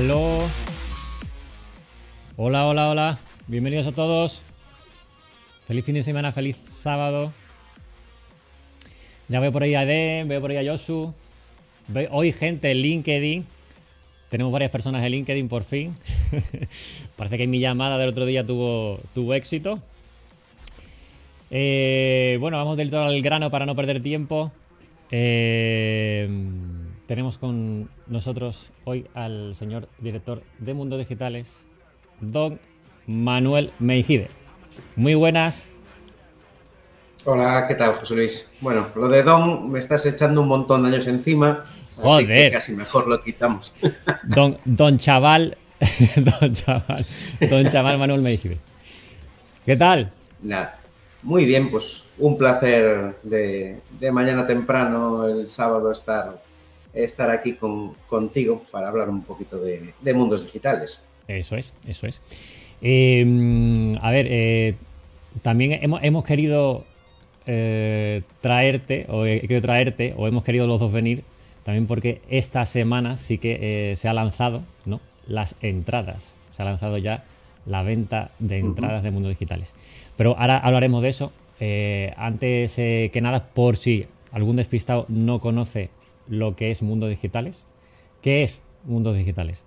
Aló. Hola, hola, hola. Bienvenidos a todos. Feliz fin de semana, feliz sábado. Ya veo por ahí a Eden, veo por ahí a Josu. Hoy gente en LinkedIn. Tenemos varias personas en LinkedIn por fin. Parece que mi llamada del otro día tuvo éxito. Bueno, vamos del todo al grano para no perder tiempo. Tenemos con nosotros hoy al señor director de Mundos Digitales, don Manuel Meijide. Muy buenas. Hola, ¿qué tal, José Luis? Bueno, lo de Don me estás echando un montón de años encima, así que Joder. casi mejor lo quitamos. Don Chaval, don Chaval Manuel Meijide. ¿Qué tal? Nada, muy bien, pues un placer de mañana temprano, el sábado, estar aquí contigo para hablar un poquito de mundos digitales. Eso es, eso es. A ver, también hemos querido traerte, o hemos querido los dos venir, también porque esta semana sí que se ha lanzado, ¿no?, las entradas. Se ha lanzado ya la venta de entradas de mundos digitales. Pero ahora hablaremos de eso. Antes que nada, por si algún despistado no conoce lo que es mundos digitales. ¿Qué es mundos digitales?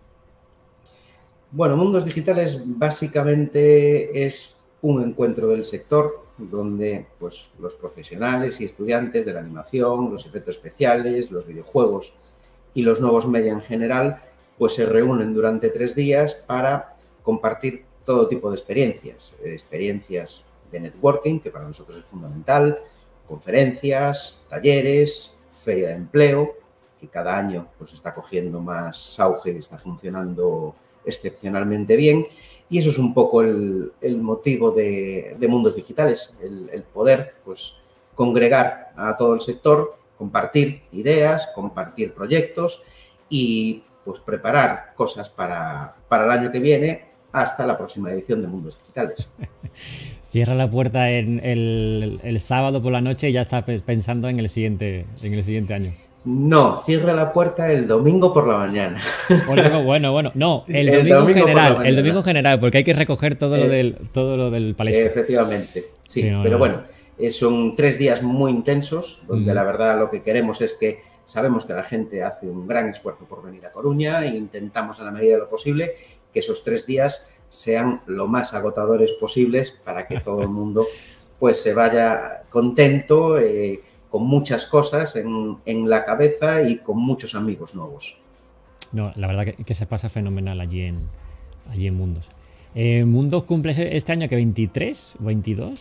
Bueno, Mundos Digitales básicamente es un encuentro del sector donde pues, los profesionales y estudiantes de la animación, los efectos especiales, los videojuegos y los nuevos media en general pues se reúnen durante 3 días para compartir todo tipo de experiencias. Experiencias de networking, que para nosotros es fundamental, conferencias, talleres, feria de empleo, que cada año pues está cogiendo más auge y está funcionando excepcionalmente bien, y eso es un poco el motivo de Mundos Digitales, el poder pues congregar a todo el sector, compartir ideas, compartir proyectos y pues preparar cosas para el año que viene hasta la próxima edición de Mundos Digitales. Cierra la puerta en el sábado por la noche y ya está pensando en el siguiente año. No, cierra la puerta el domingo por la mañana. Bueno. No, el domingo en general, porque hay que recoger todo lo del Palesco. Efectivamente, sí. No, pero bueno, son 3 días muy intensos, donde la verdad lo que queremos es que sabemos que la gente hace un gran esfuerzo por venir a Coruña e intentamos en la medida de lo posible que esos 3 días sean lo más agotadores posibles para que todo el mundo pues se vaya contento, con muchas cosas en la cabeza y con muchos amigos nuevos. No, la verdad que se pasa fenomenal allí en Mundos. ¿Mundos cumple este año que 23 o 22?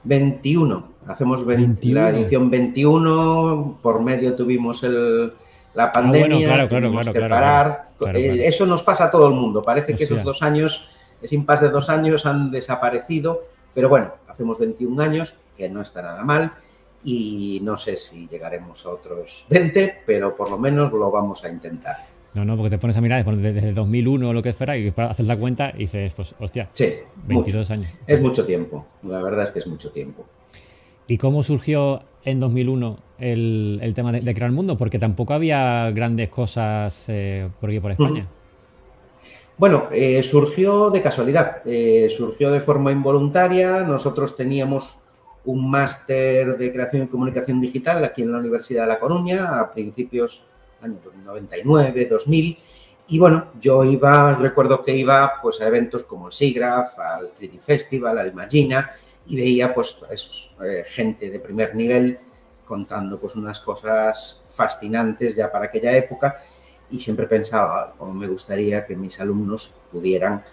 21. Hacemos 21. La edición 21. Por medio tuvimos la pandemia, tuvimos que parar. Claro. Eso nos pasa a todo el mundo. Parece que esos 2 años, ese impasse de 2 años han desaparecido. Pero bueno, hacemos 21 años, que no está nada mal. Y no sé si llegaremos a otros 20, pero por lo menos lo vamos a intentar. No, porque te pones a mirar desde 2001 o lo que fuera y haces la cuenta y dices, pues, hostia, sí, 22 años. Es mucho tiempo, la verdad es que es mucho tiempo. ¿Y cómo surgió en 2001 el tema de crear el mundo? Porque tampoco había grandes cosas por aquí por España. Bueno, surgió de casualidad, surgió de forma involuntaria. Nosotros teníamos un máster de creación y comunicación digital aquí en la Universidad de La Coruña a principios años 99, 2000, y bueno, yo recuerdo que iba pues a eventos como el SIGGRAPH, al 3D Festival, al Imagina, y veía pues gente de primer nivel contando pues unas cosas fascinantes ya para aquella época, y siempre pensaba cómo me gustaría que mis alumnos pudieran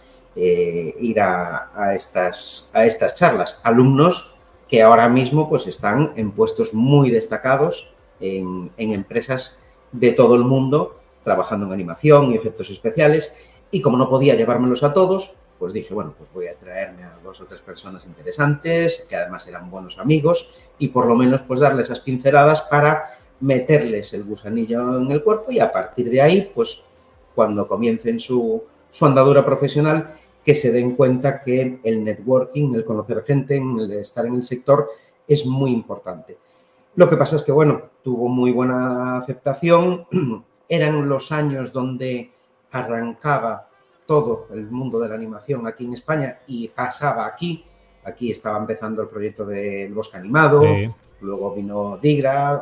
ir a estas charlas. Alumnos que ahora mismo pues están en puestos muy destacados en empresas de todo el mundo, trabajando en animación y efectos especiales, y como no podía llevármelos a todos, pues dije, bueno, pues voy a traerme a 2 o 3 personas interesantes, que además eran buenos amigos, y por lo menos pues darles esas pinceladas para meterles el gusanillo en el cuerpo, y a partir de ahí, pues cuando comiencen su andadura profesional, que se den cuenta que el networking, el conocer gente, el estar en el sector, es muy importante. Lo que pasa es que, bueno, tuvo muy buena aceptación. Eran los años donde arrancaba todo el mundo de la animación aquí en España y pasaba aquí. Aquí estaba empezando el proyecto del Bosque Animado, luego vino Digra,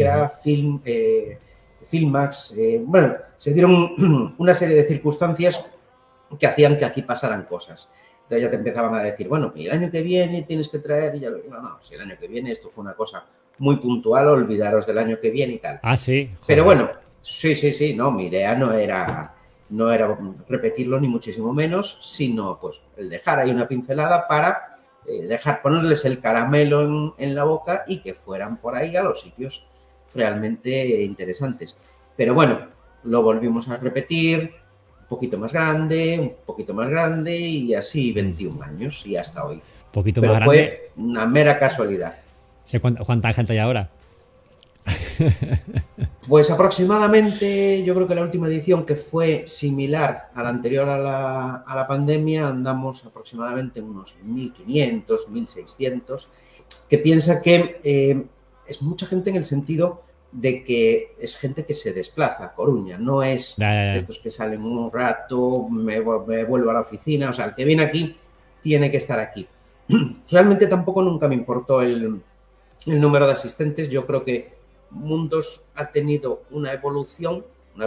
Filmax. Bueno, se dieron una serie de circunstancias que hacían que aquí pasaran cosas. Entonces ya te empezaban a decir, bueno, el año que viene tienes que traer, y ya lo digo, no, si el año que viene esto fue una cosa muy puntual, olvidaros del año que viene y tal. Ah, sí. Joder. Pero bueno, sí, no, mi idea no era repetirlo ni muchísimo menos, sino pues el dejar ahí una pincelada para ponerles el caramelo en la boca y que fueran por ahí a los sitios realmente interesantes. Pero bueno, lo volvimos a repetir, un poquito más grande y así 21 años y hasta hoy. Poquito Pero más fue grande. una mera casualidad. ¿Cuánta gente hay ahora? Pues aproximadamente, yo creo que la última edición, que fue similar a la anterior a la pandemia, andamos aproximadamente unos 1.500, 1.600, que piensa que es mucha gente en el sentido de que es gente que se desplaza a Coruña, no es estos que salen un rato, me vuelvo a la oficina, o sea, el que viene aquí tiene que estar aquí. Realmente tampoco nunca me importó el número de asistentes. Yo creo que Mundos ha tenido una evolución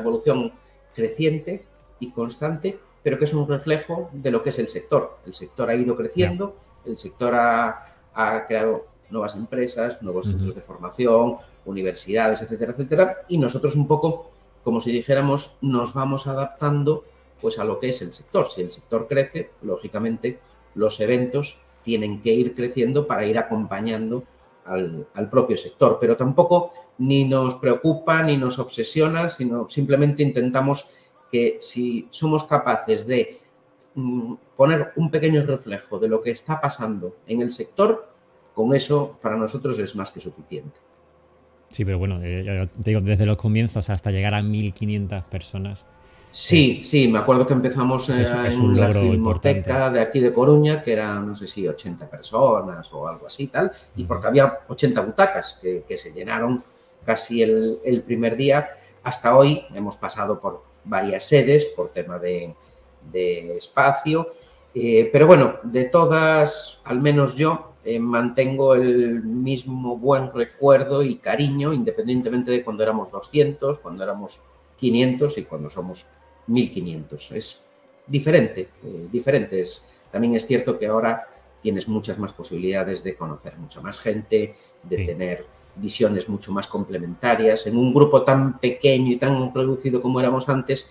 creciente y constante, pero que es un reflejo de lo que es el sector. El sector ha ido creciendo, el sector ha creado nuevas empresas, nuevos centros de formación, universidades, etcétera, etcétera, y nosotros un poco, como si dijéramos, nos vamos adaptando pues a lo que es el sector. Si el sector crece, lógicamente los eventos tienen que ir creciendo para ir acompañando al propio sector, pero tampoco ni nos preocupa ni nos obsesiona, sino simplemente intentamos que si somos capaces de poner un pequeño reflejo de lo que está pasando en el sector, con eso para nosotros es más que suficiente. Sí, pero bueno, yo te digo, desde los comienzos hasta llegar a 1.500 personas. Sí, me acuerdo que empezamos en la Filmoteca importante de aquí de Coruña, que eran, no sé si 80 personas o algo así, tal, y porque había 80 butacas que se llenaron casi el primer día. Hasta hoy hemos pasado por varias sedes por tema de espacio, pero bueno, de todas, al menos yo, mantengo el mismo buen recuerdo y cariño, independientemente de cuando éramos 200, cuando éramos 500 y cuando somos 1.500. Es diferente. También es cierto que ahora tienes muchas más posibilidades de conocer mucha más gente, de tener visiones mucho más complementarias. En un grupo tan pequeño y tan reducido como éramos antes,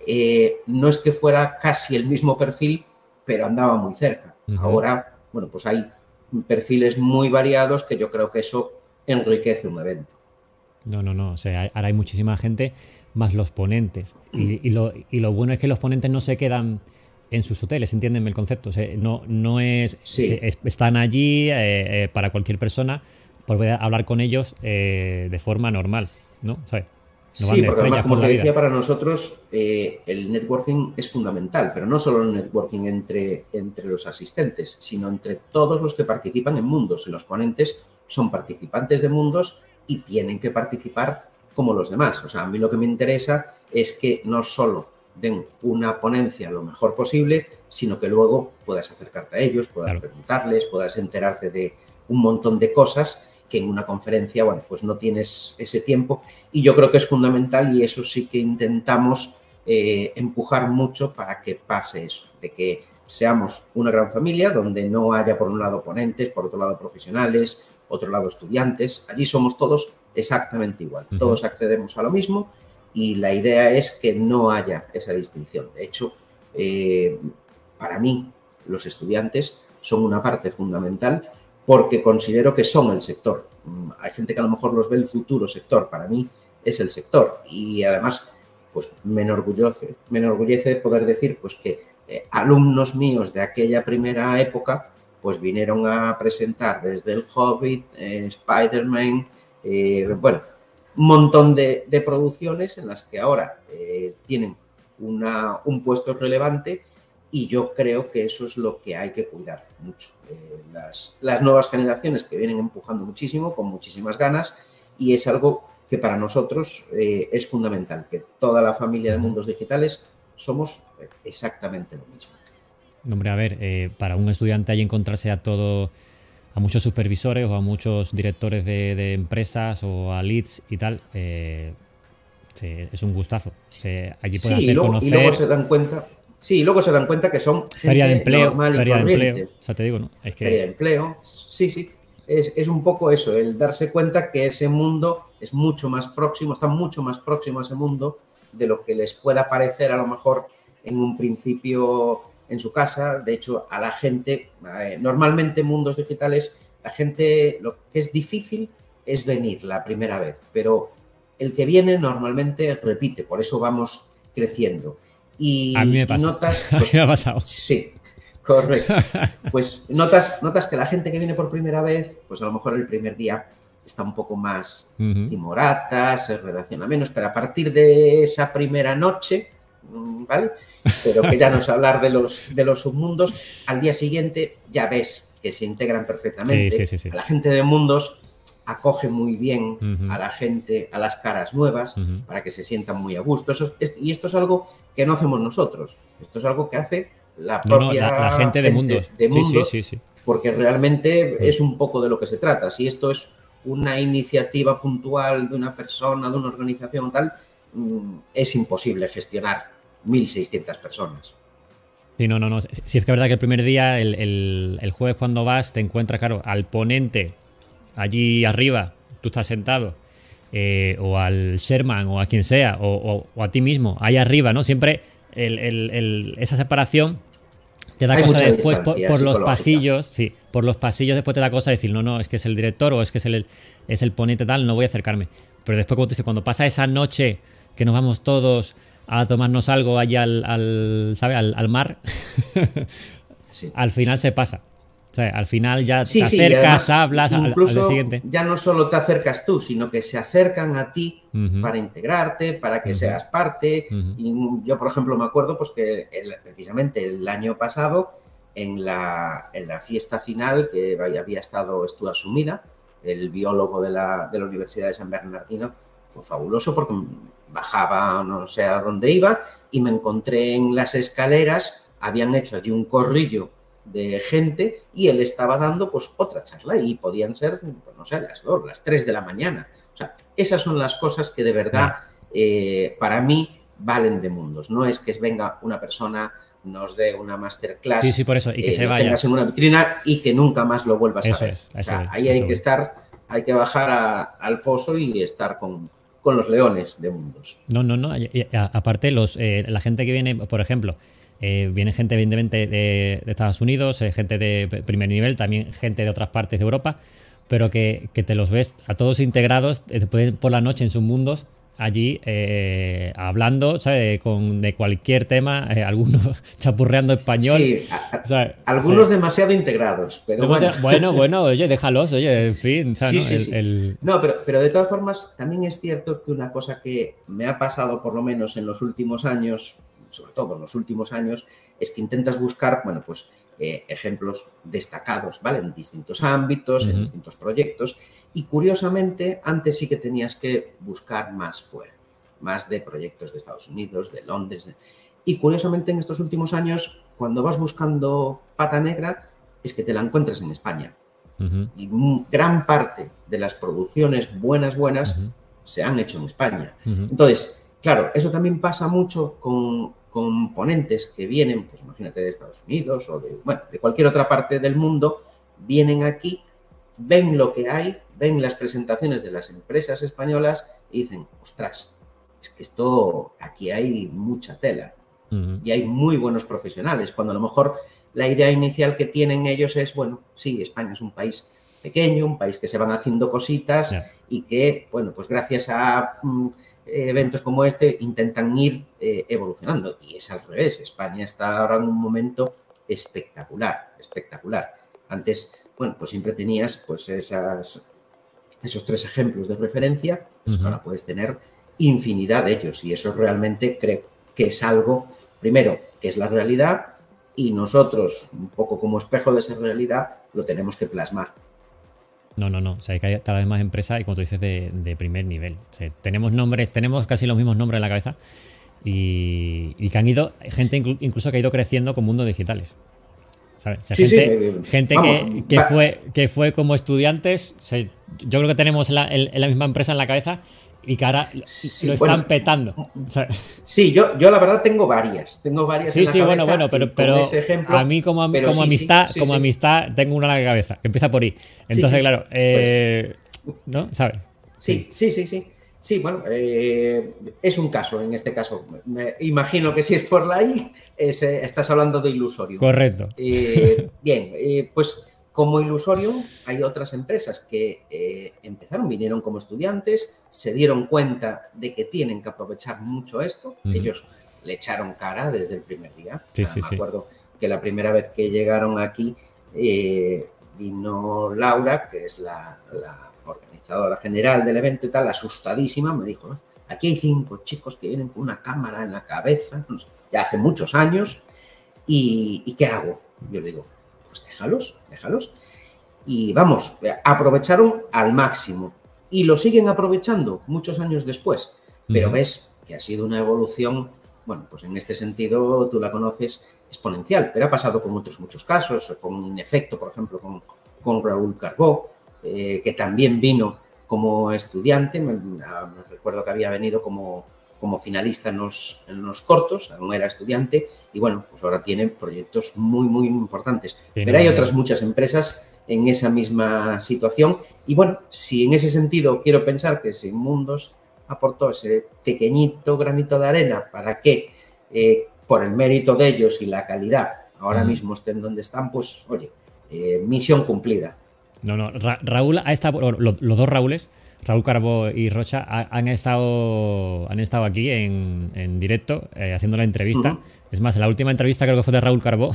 no es que fuera casi el mismo perfil, pero andaba muy cerca. Ahora, bueno, pues hay perfiles muy variados que yo creo que eso enriquece un evento. No. O sea, ahora hay muchísima gente, más los ponentes. Y lo bueno es que los ponentes no se quedan en sus hoteles, entiéndenme el concepto. O sea, no es... Sí. Están allí para cualquier persona, poder hablar con ellos de forma normal, ¿no? ¿Sabes? No sí, porque además, como te decía, para nosotros el networking es fundamental, pero no solo el networking entre los asistentes, sino entre todos los que participan en Mundos. Los ponentes son participantes de Mundos y tienen que participar como los demás. O sea, a mí lo que me interesa es que no solo den una ponencia lo mejor posible, sino que luego puedas acercarte a ellos, puedas preguntarles, puedas enterarte de un montón de cosas que en una conferencia, bueno, pues no tienes ese tiempo, y yo creo que es fundamental, y eso sí que intentamos empujar mucho para que pase eso, de que seamos una gran familia donde no haya por un lado ponentes, por otro lado profesionales, otro lado estudiantes. Allí somos todos exactamente igual, todos accedemos a lo mismo y la idea es que no haya esa distinción. De hecho, para mí los estudiantes son una parte fundamental porque considero que son el sector. Hay gente que a lo mejor los ve el futuro sector, para mí es el sector, y además pues me enorgullece poder decir pues que alumnos míos de aquella primera época pues vinieron a presentar desde El Hobbit, Spider-Man, bueno, un montón de producciones en las que ahora tienen un puesto relevante. Y yo creo que eso es lo que hay que cuidar mucho. Las nuevas generaciones que vienen empujando muchísimo, con muchísimas ganas, y es algo que para nosotros es fundamental, que toda la familia de Mundos Digitales somos exactamente lo mismo. Hombre, a ver, para un estudiante ahí encontrarse a muchos supervisores o a muchos directores de empresas o a leads y tal, es un gustazo. Allí puede Sí, hacer y luego conocer. se dan cuenta, sí, luego se dan cuenta que son Feria de gente empleo, normal y feria de empleo. corriente. O sea, te digo, ¿no? Es Feria de que. empleo, sí, sí. Es un poco eso, el darse cuenta que ese mundo es mucho más próximo, está mucho más próximo a ese mundo de lo que les pueda parecer a lo mejor en un principio en su casa. De hecho, a la gente, normalmente en mundos digitales, la gente, lo que es difícil es venir la primera vez, pero el que viene normalmente repite, por eso vamos creciendo. A mí me Y pasa. notas, A mí pues me ha pasado. sí, correcto. Pues notas que la gente que viene por primera vez, pues a lo mejor el primer día está un poco más timorata, se relaciona menos, pero a partir de esa primera noche, ¿vale? Pero que ya no es hablar de los submundos, al día siguiente ya ves que se integran perfectamente. Sí. A la gente de mundos acoge muy bien a la gente, a las caras nuevas, para que se sientan muy a gusto. Y esto es algo que no hacemos nosotros, esto es algo que hace la propia la gente de mundos. de Sí. mundos, porque realmente es un poco de lo que se trata. Si esto es una iniciativa puntual de una persona, de una organización tal, es imposible gestionar 1.600 personas. Sí, no. Si es que es verdad que el primer día, el jueves cuando vas, te encuentras, claro, al ponente allí arriba, tú estás sentado, o al Sherman, o a quien sea, o a ti mismo, ahí arriba, ¿no? Siempre esa separación te da Hay cosa mucha después distancia por los psicológica. pasillos, sí, por los pasillos después te da cosa decir, no, es que es el director o es que es el ponente tal, no voy a acercarme. Pero después, como tú dices, cuando pasa esa noche que nos vamos todos a tomarnos algo allá ¿sabes? Al mar, Sí. al final se pasa. O sea, al final ya Sí, te sí, y acercas, además, hablas al día incluso siguiente. ya no solo te acercas tú, sino que se acercan a ti para integrarte, para que seas parte. Y yo, por ejemplo, me acuerdo pues que precisamente el año pasado, en la fiesta final, que había estado Stuart Sumida, el biólogo de la Universidad de San Bernardino, fue fabuloso porque bajaba, no sé a dónde iba, y me encontré en las escaleras, habían hecho allí un corrillo de gente y él estaba dando pues otra charla y podían ser, pues, no sé, las 2, las 3 de la mañana. O sea, esas son las cosas que de verdad para mí valen de mundos. No es que venga una persona, nos dé una masterclass, Sí, por eso, y que se lo vaya. tengas en una vitrina y que nunca más lo vuelvas a ver. Ahí hay que estar, hay que bajar al foso y estar con los leones de mundos. No. Aparte, la gente que viene, por ejemplo, viene gente evidentemente de Estados Unidos, gente de primer nivel, también gente de otras partes de Europa, pero que te los ves a todos integrados después por la noche en sus mundos, allí hablando, ¿sabes? De cualquier tema, algunos chapurreando español. Sí, ¿sabes? algunos demasiado integrados, pero bueno, oye, déjalos, oye, en fin. ¿sabes? Sí. No, pero de todas formas, también es cierto que una cosa que me ha pasado, por lo menos en los últimos años, sobre todo en los últimos años, es que intentas buscar, bueno, pues ejemplos destacados, ¿vale? En distintos ámbitos, en distintos proyectos. Y curiosamente, antes sí que tenías que buscar más fuera, más de proyectos de Estados Unidos, de Londres. Y curiosamente, en estos últimos años, cuando vas buscando pata negra, es que te la encuentras en España. Y gran parte de las producciones buenas se han hecho en España. Entonces, claro, eso también pasa mucho con ponentes que vienen, pues imagínate, de Estados Unidos o de cualquier otra parte del mundo, vienen aquí, ven lo que hay, ven las presentaciones de las empresas españolas y dicen, ostras, es que esto, aquí hay mucha tela y hay muy buenos profesionales, cuando a lo mejor la idea inicial que tienen ellos es, bueno, sí, España es un país pequeño, un país que se van haciendo cositas y que, bueno, pues gracias a eventos como este intentan ir evolucionando. Y es al revés, España está ahora en un momento espectacular. Antes, bueno, pues siempre tenías pues esos 3 ejemplos de referencia, pues que ahora puedes tener infinidad de ellos y eso realmente creo que es algo, primero, que es la realidad y nosotros, un poco como espejo de esa realidad, lo tenemos que plasmar. No. O sea, hay cada vez más empresas y como tú dices, de primer nivel. O sea, tenemos casi los mismos nombres en la cabeza y que han ido, gente incluso que ha ido creciendo con mundos digitales. ¿Sabes? O sea, Sí, gente vamos, que fue como estudiantes, o sea, yo creo que tenemos en la misma empresa en la cabeza y que ahora sí, lo están petando. ¿Sabes? Sí, yo la verdad tengo varias Sí, en la sí, cabeza bueno, pero ese ejemplo, a mí como amistad tengo una en la cabeza, que empieza por I. Entonces, claro, pues, ¿no? ¿Sabes? sí. Sí, bueno, es un caso, en este caso. Me imagino que si es por la I, estás hablando de Ilusorium. Correcto. Bien, pues como Ilusorium hay otras empresas que vinieron como estudiantes, se dieron cuenta de que tienen que aprovechar mucho esto. Ellos le echaron cara desde el primer día. Sí, Me acuerdo que la primera vez que llegaron aquí vino Laura, que es la organizadora general del evento y tal, asustadísima, me dijo, aquí hay 5 chicos que vienen con una cámara en la cabeza, ya hace muchos años, ¿y qué hago? Yo le digo, pues déjalos. Y vamos, aprovecharon al máximo y lo siguen aprovechando muchos años después, pero ves que ha sido una evolución, bueno, pues en este sentido tú la conoces, exponencial, pero ha pasado con otros muchos casos, con Inefecto, por ejemplo, con Raúl Carbó, que también vino como estudiante, me recuerdo que había venido como finalista en los cortos, aún era estudiante, y bueno, pues ahora tiene proyectos muy importantes. Pero hay otras muchas empresas en esa misma situación, y bueno, si en ese sentido quiero pensar que Sigmundos aportó ese pequeñito granito de arena para que, por el mérito de ellos y la calidad, ahora mismo estén donde están, pues oye, misión cumplida. No, Raúl ha estado, los dos Raúles, Raúl Carbó y Rocha, han estado aquí en directo haciendo la entrevista. Es más, la última entrevista creo que fue de Raúl Carbó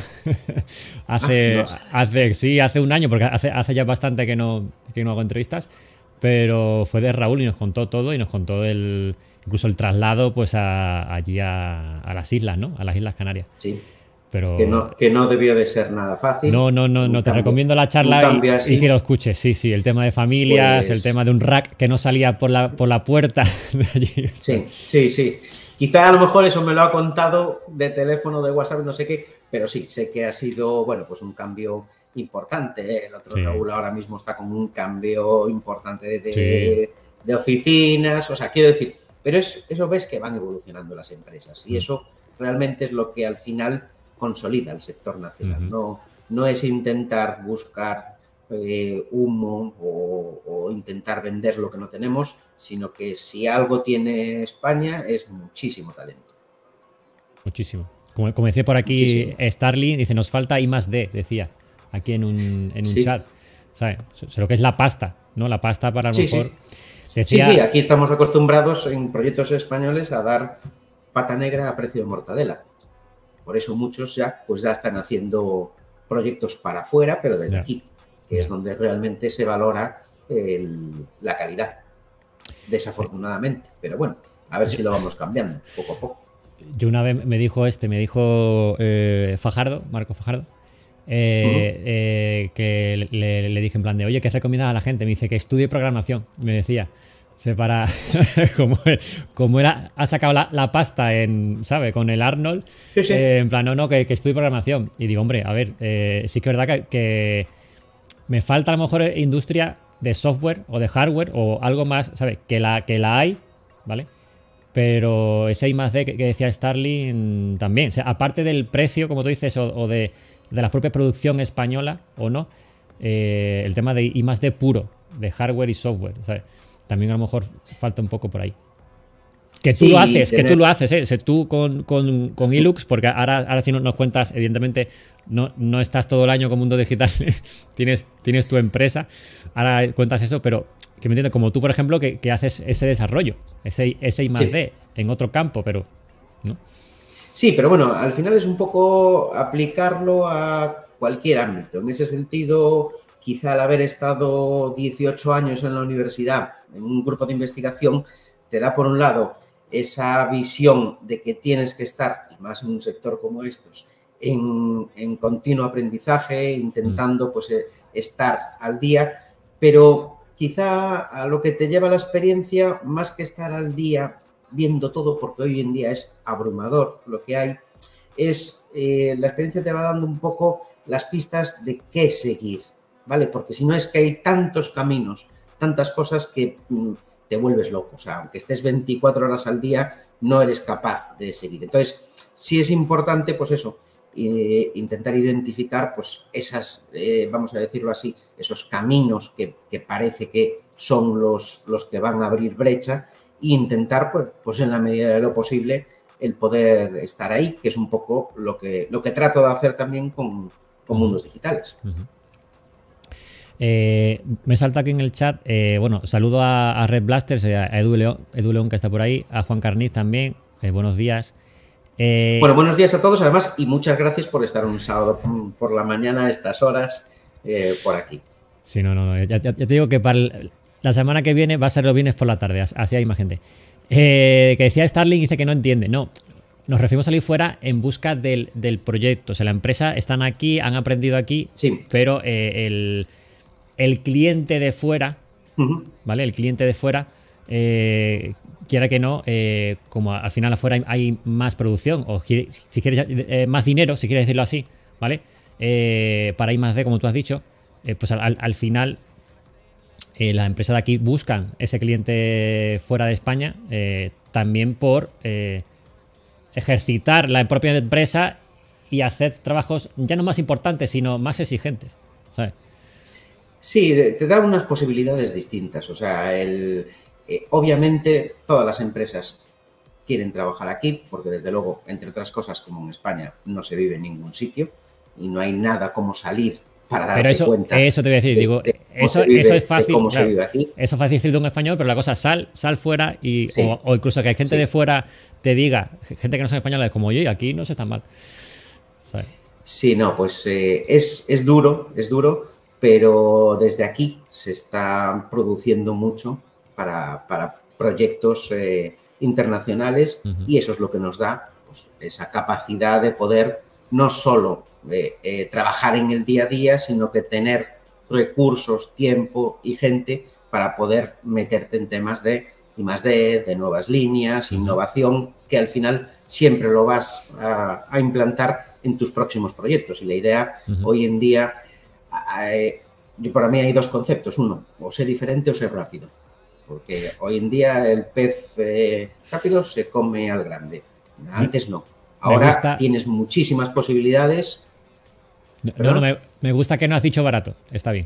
hace un año, porque hace ya bastante que no hago entrevistas, pero fue de Raúl y nos contó todo y nos contó incluso el traslado pues allí a las islas, ¿no? A las Islas Canarias. Sí. Pero que no debió de ser nada fácil. No, te recomiendo la charla y que lo escuches. Sí, el tema de familias, el tema de un rack que no salía por la puerta de allí. Sí. Quizá a lo mejor eso me lo ha contado de teléfono, de WhatsApp, no sé qué, pero sí, sé que ha sido, bueno, pues un cambio importante. El otro Raúl ahora mismo está con un cambio importante de oficinas, o sea, quiero decir, pero eso ves que van evolucionando las empresas y eso realmente es lo que al final consolida el sector nacional. No es intentar buscar humo o intentar vender lo que no tenemos, sino que si algo tiene España es muchísimo talento. Muchísimo. Como decía por aquí Starling, dice, nos falta I+D, decía, aquí en un chat. ¿Sabes? Lo que es la pasta, ¿no? La pasta para a lo mejor... Decía... Sí, aquí estamos acostumbrados en proyectos españoles a dar pata negra a precio de mortadela. Por eso muchos ya están haciendo proyectos para afuera, pero desde aquí, que es donde realmente se valora la calidad, desafortunadamente. Pero bueno, a ver si lo vamos cambiando poco a poco. Yo una vez me dijo Fajardo, Marco Fajardo, que le dije en plan de, oye, ¿qué recomiendas a la gente? Me dice que estudie programación, me decía. Para como él ha sacado la pasta ¿sabe? Con el Arnold, en plan, que estudie programación. Y digo, hombre, a ver, sí que es verdad que me falta a lo mejor industria de software o de hardware o algo más, ¿sabes? Que la hay, ¿vale? Pero ese I+D que decía Starling también, o sea, aparte del precio, como tú dices, o de la propia producción española o no, el tema de I+D puro, de hardware y software, ¿sabes? También a lo mejor falta un poco por ahí. Que tú lo haces, tú con Ilux, porque ahora si nos cuentas, evidentemente no estás todo el año con Mundo Digital, tienes tu empresa, ahora cuentas eso, pero que me entiendes, como tú, por ejemplo, que haces ese desarrollo, ese I+D en otro campo, pero ¿no? Sí, pero bueno, al final es un poco aplicarlo a cualquier ámbito. En ese sentido, quizá al haber estado 18 años en la universidad, en un grupo de investigación, te da por un lado esa visión de que tienes que estar, y más en un sector como estos, en continuo aprendizaje, intentando pues estar al día, pero quizá a lo que te lleva la experiencia, más que estar al día, viendo todo, porque hoy en día es abrumador lo que hay, la experiencia te va dando un poco las pistas de qué seguir, ¿vale? Porque si no es que hay tantos caminos, tantas cosas que te vuelves loco. O sea, aunque estés 24 horas al día, no eres capaz de seguir. Entonces, sí es importante, pues eso, intentar identificar pues esas, vamos a decirlo así, esos caminos que parece que son los que van a abrir brecha e intentar, pues en la medida de lo posible, el poder estar ahí, que es un poco lo que trato de hacer también con mundos digitales. Me salta aquí en el chat, bueno, saludo a Red Blasters, a Edu León que está por ahí, a Juan Carniz también, buenos días. Bueno, buenos días a todos, además, y muchas gracias por estar un sábado por la mañana a estas horas por aquí. Sí, no, ya te digo que para la semana que viene va a ser los viernes por la tarde, así hay más gente. Que decía Starling, dice que no entiende. No, nos referimos a salir fuera en busca del proyecto. O sea, la empresa están aquí, han aprendido aquí, sí, pero el cliente de fuera, ¿vale? El cliente de fuera, quiera que no, como al final afuera hay más producción, o si quieres más dinero, si quieres decirlo así, ¿vale? Para I más D, como tú has dicho, pues al final las empresas de aquí buscan ese cliente fuera de España también por ejercitar la propia empresa y hacer trabajos ya no más importantes, sino más exigentes, ¿sabes? Sí, te da unas posibilidades distintas. O sea, obviamente todas las empresas quieren trabajar aquí porque desde luego, entre otras cosas, como en España, no se vive en ningún sitio y no hay nada como salir para darte cuenta. Eso te voy a decir, digo, eso es fácil. Cómo se vive aquí. Eso es fácil decir de un español, pero la cosa, sal fuera y sí. o incluso que hay gente de fuera te diga, gente que no son españoles como yo, y aquí no se está mal. ¿Sabes? Sí, no, pues es duro, pero desde aquí se está produciendo mucho para proyectos internacionales y eso es lo que nos da pues, esa capacidad de poder no solo trabajar en el día a día, sino que tener recursos, tiempo y gente para poder meterte en temas de I+D, de nuevas líneas, innovación, que al final siempre lo vas a implantar en tus próximos proyectos. Y la idea hoy en día, para mí hay dos conceptos. Uno, o ser diferente o ser rápido. Porque hoy en día el pez rápido se come al grande. Antes no. Ahora tienes muchísimas posibilidades. No, me gusta que no has dicho barato. Está bien.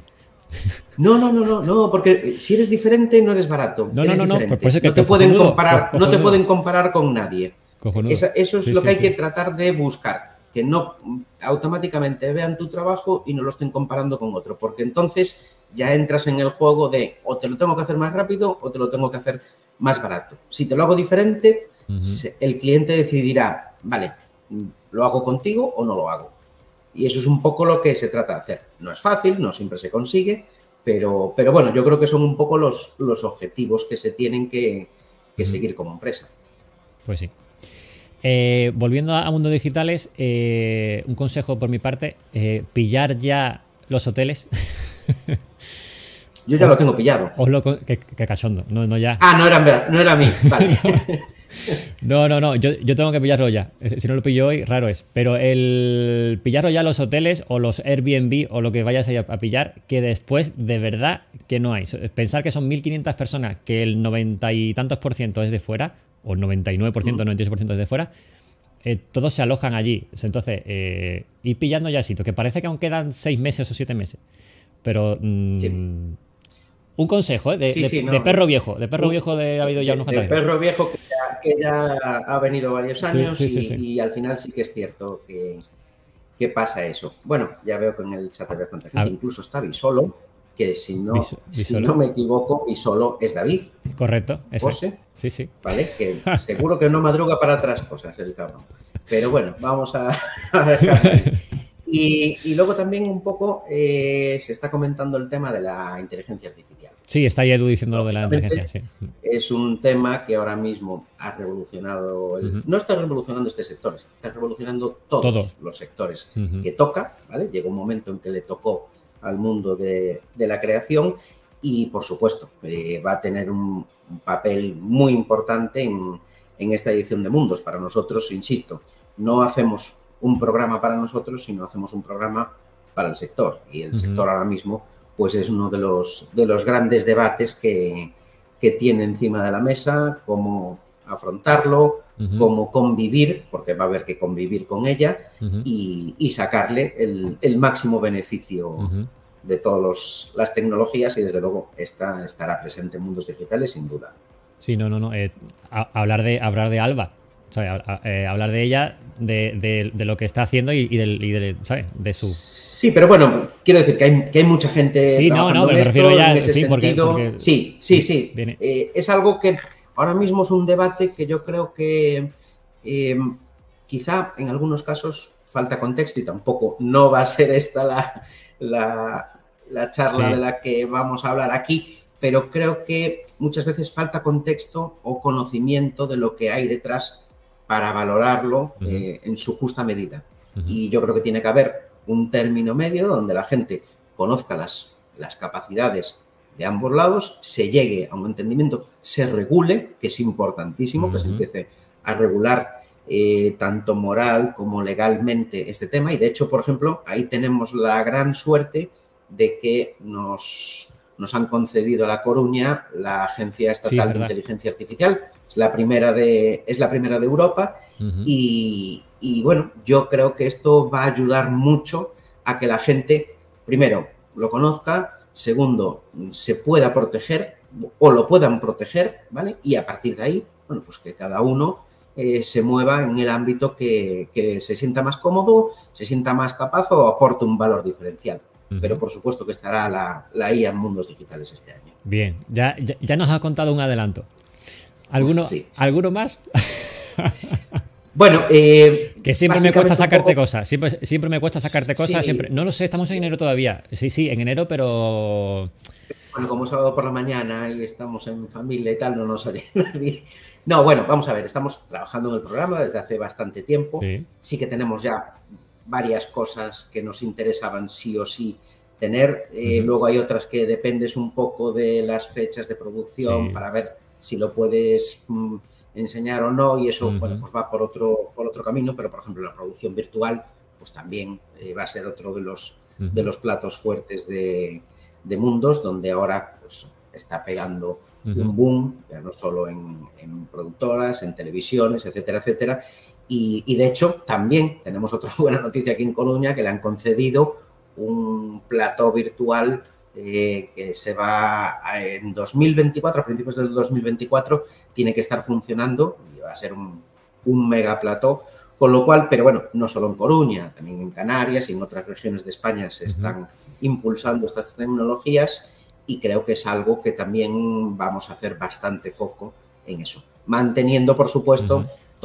No, porque si eres diferente no eres barato. No, por eso que no te pueden comparar, no te pueden comparar con nadie. Eso es lo que hay que tratar de buscar, que no automáticamente vean tu trabajo y no lo estén comparando con otro, porque entonces ya entras en el juego de o te lo tengo que hacer más rápido o te lo tengo que hacer más barato. Si te lo hago diferente, el cliente decidirá, vale, ¿lo hago contigo o no lo hago? Y eso es un poco lo que se trata de hacer. No es fácil, no siempre se consigue, pero bueno, yo creo que son un poco los objetivos que se tienen que seguir como empresa. Pues sí. Volviendo a mundos digitales, un consejo por mi parte, pillar ya los hoteles. Yo ya lo tengo pillado. Qué cachondo, no ya. No era a mí, vale. No, yo tengo que pillarlo ya. Si no lo pillo hoy, raro es. Pero el pillarlo ya los hoteles o los Airbnb o lo que vayas a pillar, que después de verdad que no hay. Pensar que son 1.500 personas, que el 90 y tantos % es de fuera, o el 99%, 98% es de fuera, todos se alojan allí. Entonces, ir pillando ya sitios, que parece que aún quedan 6 meses o 7 meses. Pero... un consejo de perro viejo. De perro viejo ha habido ya unos cuantos. De perro viejo que ya ha venido varios años y al final sí que es cierto que pasa eso. Bueno, ya veo que en el chat hay bastante gente. Incluso está Bisolo, que si no me equivoco, Bisolo es David. Correcto. José. Sí. Vale, que seguro que no madruga para otras cosas el cabrón. Pero bueno, vamos a dejarlo ahí. Y luego también un poco se está comentando el tema de la inteligencia artificial. Sí, está ahí Edu diciendo lo de la inteligencia. Sí. Es un tema que ahora mismo ha revolucionado, no está revolucionando este sector, está revolucionando todos los sectores que toca, ¿vale? Llega un momento en que le tocó al mundo de la creación y, por supuesto, va a tener un papel muy importante en esta edición de Mundos. Para nosotros, insisto, no hacemos un programa para nosotros, sino hacemos un programa para el sector. Y el sector ahora mismo pues es uno de los grandes debates que tiene encima de la mesa, cómo afrontarlo, cómo convivir, porque va a haber que convivir con ella y sacarle el máximo beneficio de todas las tecnologías, y desde luego esta estará presente en Mundos Digitales sin duda. Sí, no. Hablar de Alba, ¿sabes? Hablar de ella, de lo que está haciendo y ¿sabes? De su... Sí, pero bueno, quiero decir que hay mucha gente trabajando en esto, en ese sentido. Porque sí. Es algo que ahora mismo es un debate que yo creo que quizá en algunos casos falta contexto, y tampoco no va a ser esta la charla de la que vamos a hablar aquí, pero creo que muchas veces falta contexto o conocimiento de lo que hay detrás para valorarlo en su justa medida. Y yo creo que tiene que haber un término medio donde la gente conozca las capacidades de ambos lados, se llegue a un entendimiento, se regule, que es importantísimo, que se empiece a regular tanto moral como legalmente este tema. Y de hecho, por ejemplo, ahí tenemos la gran suerte de que nos han concedido a La Coruña la Agencia Estatal de Inteligencia Artificial. Es la primera de Europa y bueno, yo creo que esto va a ayudar mucho a que la gente, primero, lo conozca, segundo, se pueda proteger o lo puedan proteger, ¿vale? Y a partir de ahí, bueno, pues que cada uno se mueva en el ámbito que se sienta más cómodo, se sienta más capaz o aporte un valor diferencial. Pero por supuesto que estará la IA en Mundos Digitales este año. Bien, ya nos ha contado un adelanto. ¿Alguno más? Bueno, que siempre me cuesta sacarte cosas. Siempre me cuesta sacarte cosas. Siempre. No lo sé, estamos en enero todavía. Sí, en enero, pero... Bueno, como es sábado por la mañana y estamos en familia y tal, no nos oye nadie. No, bueno, vamos a ver, estamos trabajando en el programa desde hace bastante tiempo. Sí que tenemos ya varias cosas que nos interesaban sí o sí tener. Luego hay otras que dependes un poco de las fechas de producción para ver si lo puedes enseñar o no, y eso bueno, pues va por otro camino, pero por ejemplo la producción virtual pues también va a ser otro de los platos fuertes de Mundos, donde ahora pues está pegando un boom, ya no solo en productoras, en televisiones, etcétera, etcétera. Y de hecho, también tenemos otra buena noticia aquí en Coruña, que le han concedido un plató virtual que se va en 2024, a principios del 2024, tiene que estar funcionando y va a ser un mega plató, con lo cual, pero bueno, no solo en Coruña, también en Canarias y en otras regiones de España se están impulsando estas tecnologías, y creo que es algo que también vamos a hacer bastante foco en eso, manteniendo, por supuesto,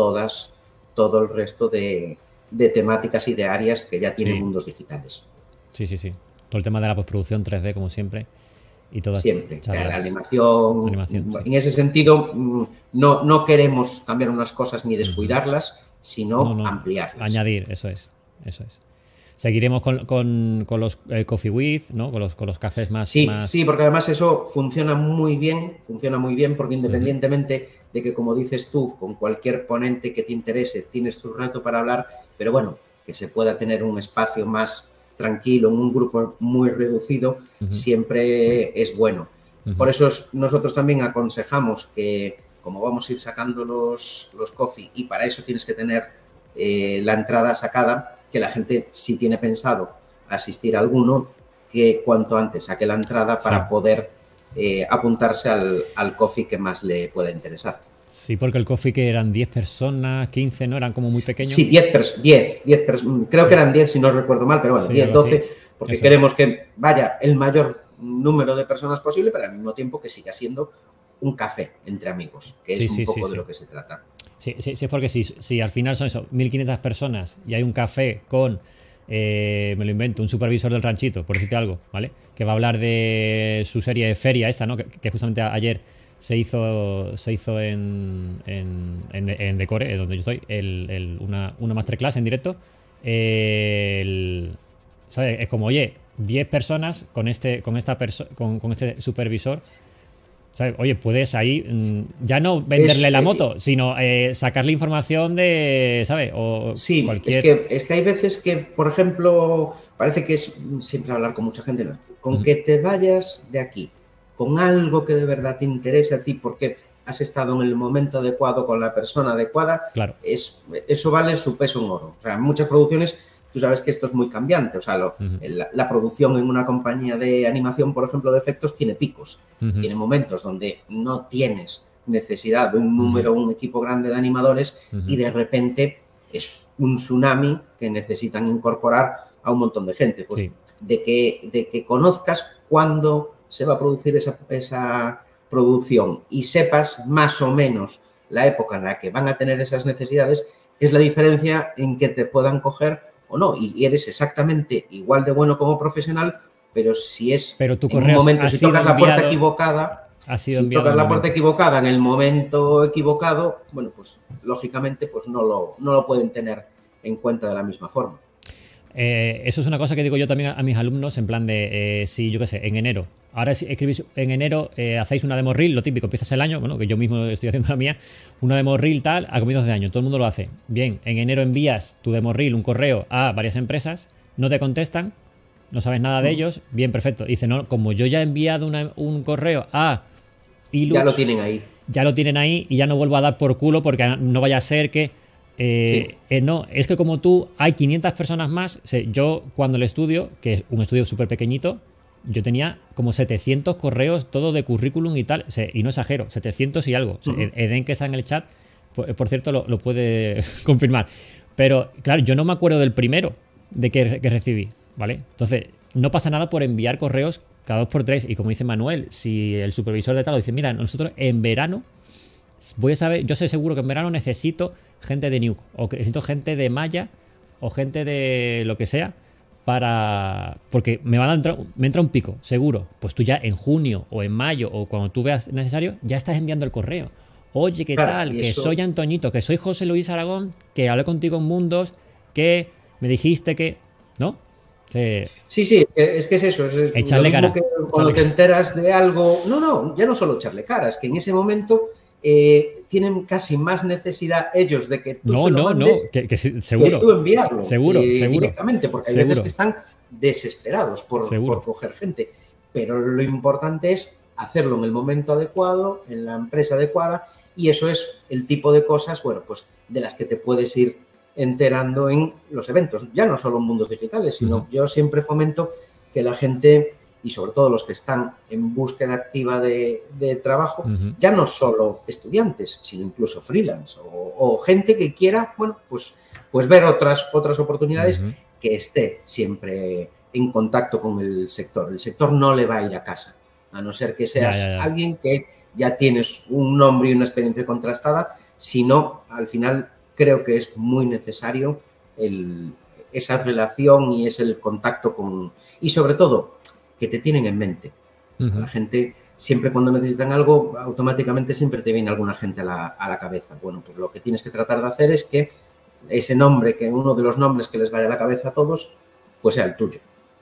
todo el resto de temáticas y de áreas que ya tienen Mundos Digitales. Sí. Todo el tema de la postproducción 3D, como siempre. Y todas siempre. La animación. En ese sentido, no queremos cambiar unas cosas ni descuidarlas, sino ampliarlas. Añadir, eso es. Seguiremos con los Coffee With, ¿no? Con los cafés más... Sí, porque además eso funciona muy bien, porque independientemente de que, como dices tú, con cualquier ponente que te interese tienes tu rato para hablar, pero bueno, que se pueda tener un espacio más tranquilo, en un grupo muy reducido, siempre es bueno. Por eso nosotros también aconsejamos que, como vamos a ir sacando los coffee, y para eso tienes que tener la entrada sacada, que la gente, si tiene pensado asistir a alguno, que cuanto antes saque la entrada para poder apuntarse al coffee que más le pueda interesar. Sí, porque el coffee que eran 10 personas, 15, ¿no? Eran como muy pequeños. Sí, 10 personas. Creo que eran 10, si no recuerdo mal, pero bueno, 10, 12, porque queremos que vaya el mayor número de personas posible, pero al mismo tiempo que siga siendo un café entre amigos, que es un poco de lo que se trata. Sí, es porque si al final son eso, 1.500 personas y hay un café con, me lo invento, un supervisor del ranchito, por decirte algo, ¿vale? Que va a hablar de su serie de feria esta, ¿no? Que justamente ayer se hizo en Decore, donde yo estoy, una masterclass en directo. ¿Sabes? Es como, oye, 10 personas con este supervisor. ¿Sabes? Oye, puedes ahí ya no venderle la moto, sino sacarle información de, ¿sabes? O sí, cualquier... es que hay veces que, por ejemplo, parece que es siempre hablar con mucha gente, ¿no? Con que te vayas de aquí, con algo que de verdad te interese a ti, porque has estado en el momento adecuado con la persona adecuada, claro. Eso vale su peso en oro. O sea, en muchas producciones, tú sabes que esto es muy cambiante. O sea, la producción en una compañía de animación, por ejemplo, de efectos, tiene picos. Tiene momentos donde no tienes necesidad de un número, un equipo grande de animadores y de repente es un tsunami que necesitan incorporar a un montón de gente. Pues sí. de que conozcas cuándo se va a producir esa producción y sepas más o menos la época en la que van a tener esas necesidades, es la diferencia en que te puedan coger o no. Y eres exactamente igual de bueno como profesional, pero si es pero tu en un momento, si tocas la puerta equivocada, si tocas la puerta equivocada en el momento equivocado, bueno, pues lógicamente pues no lo pueden tener en cuenta de la misma forma. Eso es una cosa que digo yo también a mis alumnos, en plan de, si yo qué sé, en enero, ahora si escribís en enero, hacéis una demo reel, lo típico, empiezas el año, bueno, que yo mismo estoy haciendo la mía, una demo reel tal, a comienzos de año, todo el mundo lo hace. Bien, en enero envías tu demo reel, un correo a varias empresas, no te contestan, no sabes nada de ellos, bien, perfecto. Dice, no, como yo ya he enviado un correo a Ilux, ya lo tienen ahí. Ya lo tienen ahí y ya no vuelvo a dar por culo porque no vaya a ser que... no, es que como tú hay 500 personas más. Yo cuando el estudio, que es un estudio súper pequeñito, yo tenía como 700 correos, todo de currículum y tal, y no exagero, 700 y algo. Eden, que está en el chat, por cierto, lo puede confirmar. Pero claro, yo no me acuerdo del primero de que recibí, ¿vale? Entonces, no pasa nada por enviar correos cada 2 por 3. Y como dice Manuel, si el supervisor de tal dice, mira, nosotros en verano voy a saber, yo sé seguro que en verano necesito gente de Nuke, o que necesito gente de Maya, o gente de lo que sea, porque me entra un pico, seguro. Pues tú ya en junio, o en mayo, o cuando tú veas necesario, ya estás enviando el correo. Oye, ¿qué tal? Que eso... soy Antoñito, que soy José Luis Aragón, que hablé contigo en Mundos, que me dijiste que... ¿No? Sí, es que es eso. Es echarle lo mismo cara. Que cuando te enteras de algo... No, ya no solo echarle cara, es que en ese momento... tienen casi más necesidad ellos de que tú se lo mandes que seguro, que tú enviarlo seguro directamente, porque hay veces que están desesperados por coger gente, pero lo importante es hacerlo en el momento adecuado, en la empresa adecuada, y eso es el tipo de cosas, bueno, pues de las que te puedes ir enterando en los eventos, ya no solo en Mundos Digitales, sino yo siempre fomento que la gente, y sobre todo los que están en búsqueda activa de trabajo, ya no solo estudiantes, sino incluso freelance o gente que quiera, bueno, pues ver otras oportunidades, que esté siempre en contacto con el sector. El sector no le va a ir a casa, a no ser que seas alguien que ya tienes un nombre y una experiencia contrastada, sino al final creo que es muy necesario esa relación y es el contacto con... Y sobre todo, que te tienen en mente. La gente, siempre cuando necesitan algo, automáticamente siempre te viene alguna gente a la cabeza. Bueno, pues lo que tienes que tratar de hacer es que ese nombre, que uno de los nombres que les vaya a la cabeza a todos, pues sea el tuyo.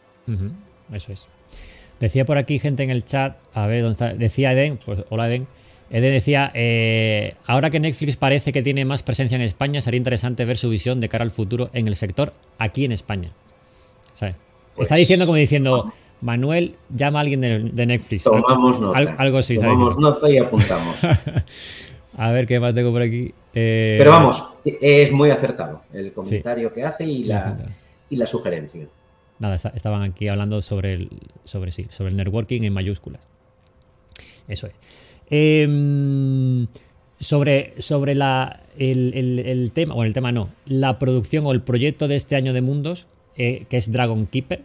Eso es. Decía por aquí gente en el chat, a ver, ¿dónde está? Decía Eden, pues hola Eden. Eden decía, ahora que Netflix parece que tiene más presencia en España, sería interesante ver su visión de cara al futuro en el sector aquí en España. ¿Sabes? Pues, está diciendo como diciendo... Manuel, llama a alguien de Netflix. Tomamos nota. Algo así. Tomamos nota y apuntamos. A ver qué más tengo por aquí. Pero vamos, es muy acertado el comentario que hace y la sugerencia. Nada, estaban aquí hablando sobre el networking en mayúsculas. Eso es. Sobre el tema, o el tema no, la producción o el proyecto de este año de Mundos, que es Dragon Keeper.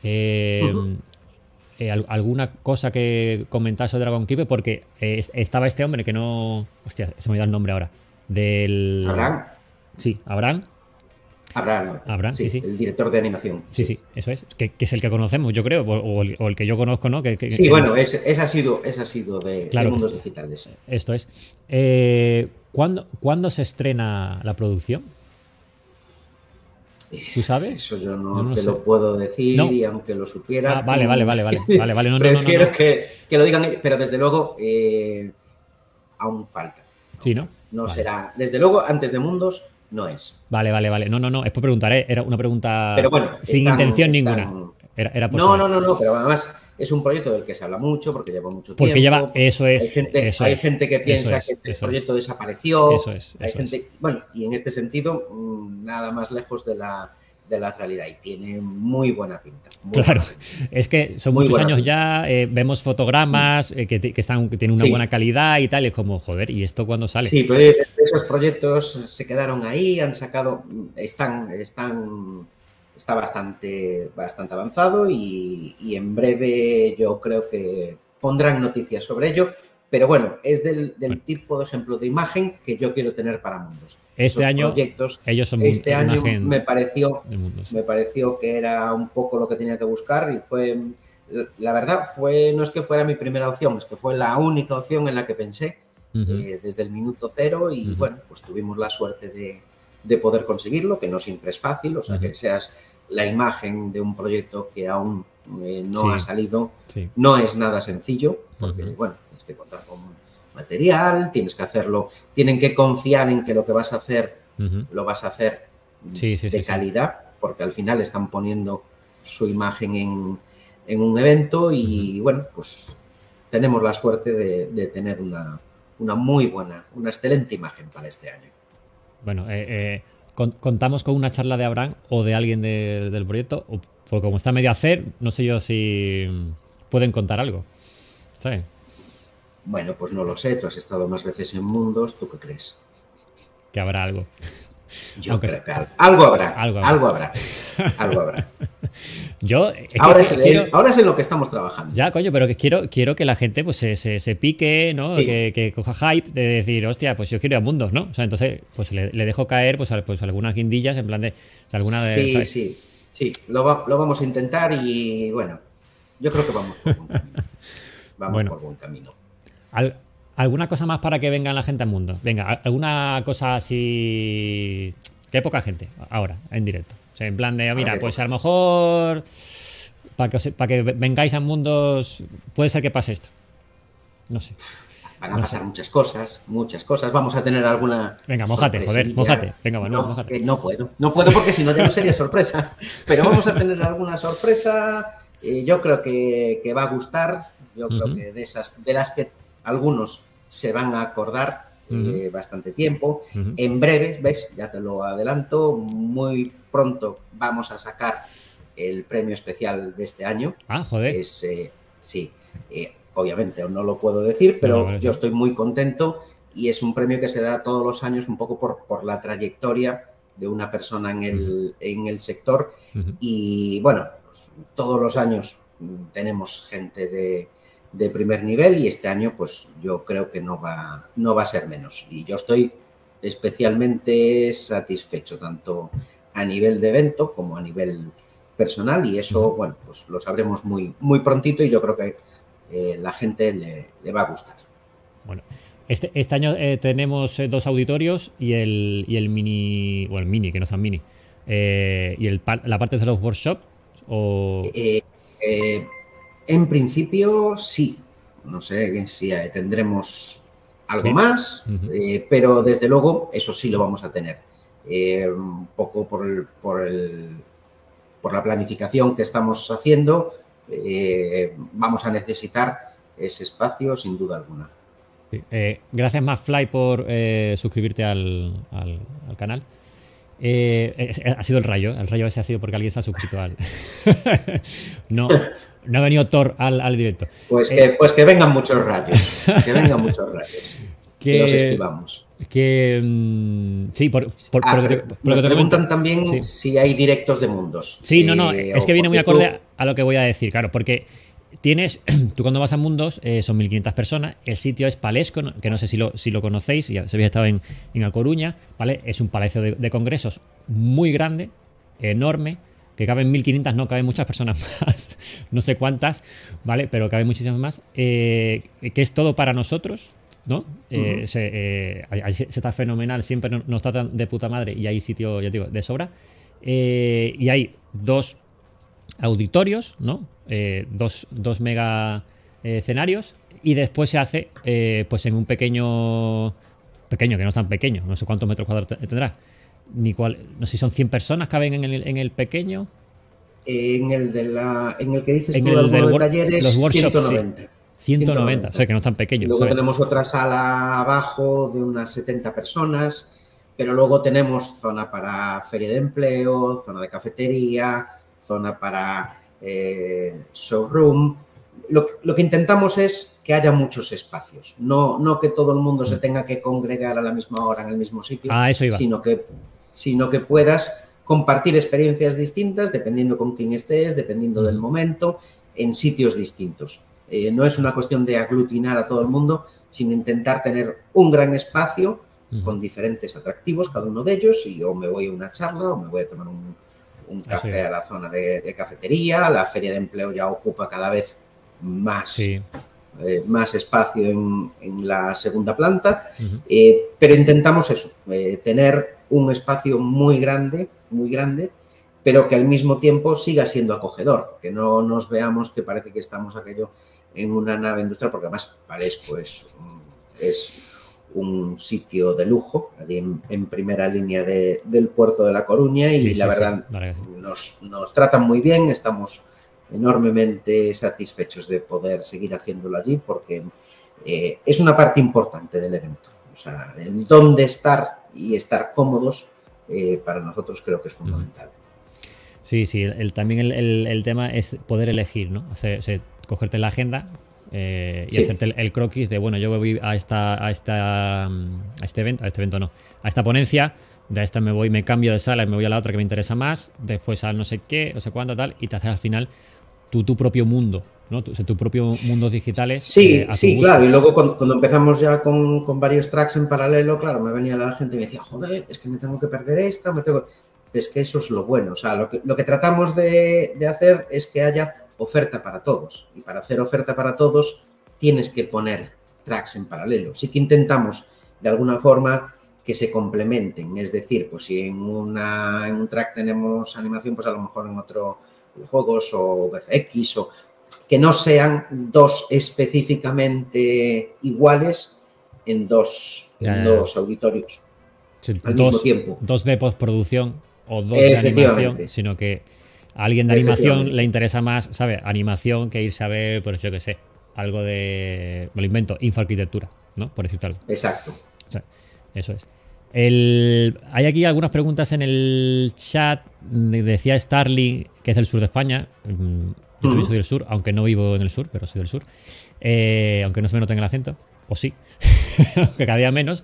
¿Alguna cosa que comentar sobre Dragon Keeper? Porque estaba este hombre que no... Hostia, se me ha ido el nombre ahora. ¿Abraham? Sí, Abraham, sí. El director de animación. Sí, eso es. Que es el que conocemos, yo creo, o el que yo conozco, ¿no? Bueno, ese ha sido de Mundos Digitales. Esto es. ¿Cuándo se estrena la producción? ¿Tú sabes? Eso yo Yo no no te sé. lo puedo decir No. y aunque lo supiera, Vale. No, prefiero no. que lo digan ellos, pero desde luego aún falta. Sí, ¿no? No Vale. será, desde luego, antes de Mundos no es. Vale. No. Es por preguntar, ¿eh? Era una pregunta Pero bueno, sin intención ninguna. Era por saber. No, pero además es un proyecto del que se habla mucho porque lleva mucho Porque lleva, tiempo. eso es, Hay gente que piensa que el proyecto desapareció. Hay gente, bueno, y en este sentido, nada más lejos de la realidad y tiene muy buena pinta. Claro, es que son muchos años ya, vemos fotogramas que tienen una buena calidad y tal, y es como, joder, ¿y esto cuándo sale? Sí, pero esos proyectos se quedaron ahí, han sacado, está bastante avanzado y en breve yo creo que pondrán noticias sobre ello. Pero bueno, es del tipo de ejemplo de imagen que yo quiero tener para Mundos. Este año, proyectos, ellos son este año me pareció que era un poco lo que tenía que buscar y fue, la verdad, no es que fuera mi primera opción, es que fue la única opción en la que pensé desde el minuto cero y bueno, pues tuvimos la suerte de poder conseguirlo, que no siempre es fácil, o sea, que seas la imagen de un proyecto que aún no ha salido, no es nada sencillo, porque bueno, tienes que contar con material, tienes que hacerlo, tienen que confiar en que lo que vas a hacer lo vas a hacer de calidad, porque al final están poniendo su imagen en un evento y bueno, pues tenemos la suerte de tener una muy buena, una excelente imagen para este año. Bueno, contamos con una charla de Abraham o de alguien del proyecto, porque como está medio a hacer, no sé yo si pueden contar algo. ¿Sabes? Bueno, pues no lo sé, tú has estado más veces en Mundos, ¿tú qué crees? Que habrá algo. Yo creo que algo habrá. Yo, ahora es en lo que estamos trabajando. Ya, coño, pero que quiero que la gente pues se pique, ¿no? Sí. Que coja hype de decir, hostia, pues yo quiero ir a Mundos, ¿no? O sea, entonces, pues le dejo caer pues algunas guindillas en plan de... O sea, alguna de, sí. Lo vamos a intentar y, bueno, yo creo que vamos por buen camino. Por buen camino. ¿Alguna cosa más para que venga la gente al mundo? Venga, alguna cosa así... Que hay poca gente ahora, en directo. O sea, en plan de, mira, pues a lo mejor para que vengáis a Mundos puede ser que pase esto. No sé. Van a pasar muchas cosas. Vamos a tener alguna... Venga, mójate. Venga, Manuel, mójate. No puedo porque si no ya no sería sorpresa. Pero vamos a tener alguna sorpresa. Yo creo que va a gustar. Yo creo que de las que algunos se van a acordar bastante tiempo. En breve, ¿ves? Ya te lo adelanto, muy pronto vamos a sacar el premio especial de este año. Ah, joder. Obviamente no lo puedo decir, pero yo estoy muy contento y es un premio que se da todos los años un poco por la trayectoria de una persona en el sector. Y bueno, pues, todos los años tenemos gente de primer nivel y este año pues yo creo que no va a ser menos y yo estoy especialmente satisfecho tanto a nivel de evento como a nivel personal y eso bueno pues lo sabremos muy prontito y yo creo que la gente le va a gustar. Bueno, este año tenemos 2 auditorios y el mini, o el mini, que no es mini, y la parte de los workshops o... En principio, sí. No sé si tendremos algo más, pero desde luego eso sí lo vamos a tener. Un poco por la planificación que estamos haciendo, vamos a necesitar ese espacio sin duda alguna. Sí. Gracias, McFly, por suscribirte al canal. Ha sido el rayo ese ha sido porque alguien se ha suscrito al... no ha venido Thor al directo. Pues que vengan muchos rayos. Que vengan muchos rayos. Que los esquivamos. Sí, por lo que te preguntan también si hay directos de Mundos. Sí, no, es que viene muy acorde a lo que voy a decir, claro, porque tú cuando vas a Mundos son 1.500 personas, el sitio es Palesco, que no sé si lo conocéis, ya se había estado en A Coruña, ¿vale? Es un palacio de congresos muy grande, enorme, que caben 1.500, no caben muchas personas más, no sé cuántas, ¿vale? Pero caben muchísimas más, que es todo para nosotros, ¿no? Se está fenomenal, siempre nos tratan de puta madre y hay sitio, ya digo, de sobra. y hay 2 auditorios, ¿no? Dos mega escenarios, y después se hace pues en un pequeño, que no es tan pequeño, no sé cuántos metros cuadrados tendrá, no sé si son 100 personas caben en el pequeño. En el que dices En tú, el alguno de los talleres, workshops, 190. sí. 190, o sea que no es tan pequeño. Luego ¿sabes? tenemos otra sala abajo de unas 70 personas, pero luego tenemos zona para feria de empleo, zona de cafetería, zona para showroom. Lo que intentamos es que haya muchos espacios, no que todo el mundo se tenga que congregar a la misma hora en el mismo sitio, Eso iba. sino que puedas compartir experiencias distintas dependiendo con quién estés, dependiendo del momento, en sitios distintos. No es una cuestión de aglutinar a todo el mundo, sino intentar tener un gran espacio con diferentes atractivos, cada uno de ellos, y o me voy a una charla o me voy a tomar un café a la zona de cafetería. La feria de empleo ya ocupa cada vez más, más espacio en la segunda planta, pero intentamos eso, tener un espacio muy grande, pero que al mismo tiempo siga siendo acogedor, que no nos veamos que parece que estamos aquello en una nave industrial, porque además Valesco es un sitio de lujo, allí en primera línea del puerto de La Coruña, y la verdad nos tratan muy bien, estamos enormemente satisfechos de poder seguir haciéndolo allí, porque es una parte importante del evento. O sea, el dónde estar y estar cómodos para nosotros creo que es fundamental. Sí, también el tema es poder elegir, ¿no? Cogerte la agenda y hacerte el croquis de, bueno, yo voy a este evento no, a esta ponencia, de esta me cambio de sala y me voy a la otra que me interesa más, después a no sé qué, no sé cuándo, tal, y te haces al final tu propio mundo, ¿no? Tu propio mundos digitales. Sí, claro. Y luego cuando empezamos ya con varios tracks en paralelo, claro, me venía la gente y me decía, joder, es que me tengo que perder esta, Es que eso es lo bueno. O sea, lo que tratamos de hacer es que haya oferta para todos. Y para hacer oferta para todos tienes que poner tracks en paralelo. Sí que intentamos, de alguna forma, que se complementen. Es decir, pues si en un track tenemos animación, pues a lo mejor en otro juegos o VFX, o que no sean dos específicamente iguales en dos auditorios al mismo tiempo. Dos de postproducción o dos de animación, sino que a alguien de animación le interesa más, ¿sabes? Animación que irse a ver, pues yo qué sé, algo de, me lo invento, infoarquitectura, ¿no? Por decirte algo. Exacto. O sea, eso es. Hay aquí algunas preguntas en el chat. Decía Starling, que es del sur de España. Yo también soy del sur, aunque no vivo en el sur, pero soy del sur. Aunque no se me note en el acento. O sí, que cada día menos.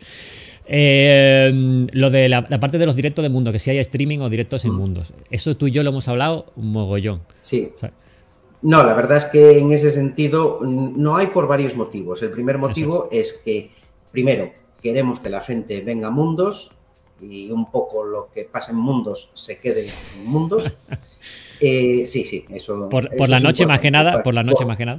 Lo de la parte de los directos de mundo, que si hay streaming o directos en mundos. Eso tú y yo lo hemos hablado un mogollón. Sí. O sea, no, la verdad es que en ese sentido no hay, por varios motivos. El primer motivo es que, primero, queremos que la gente venga a mundos y un poco lo que pasa en mundos se quede en mundos. Sí, eso. Por la noche más que nada. Por la noche más que nada.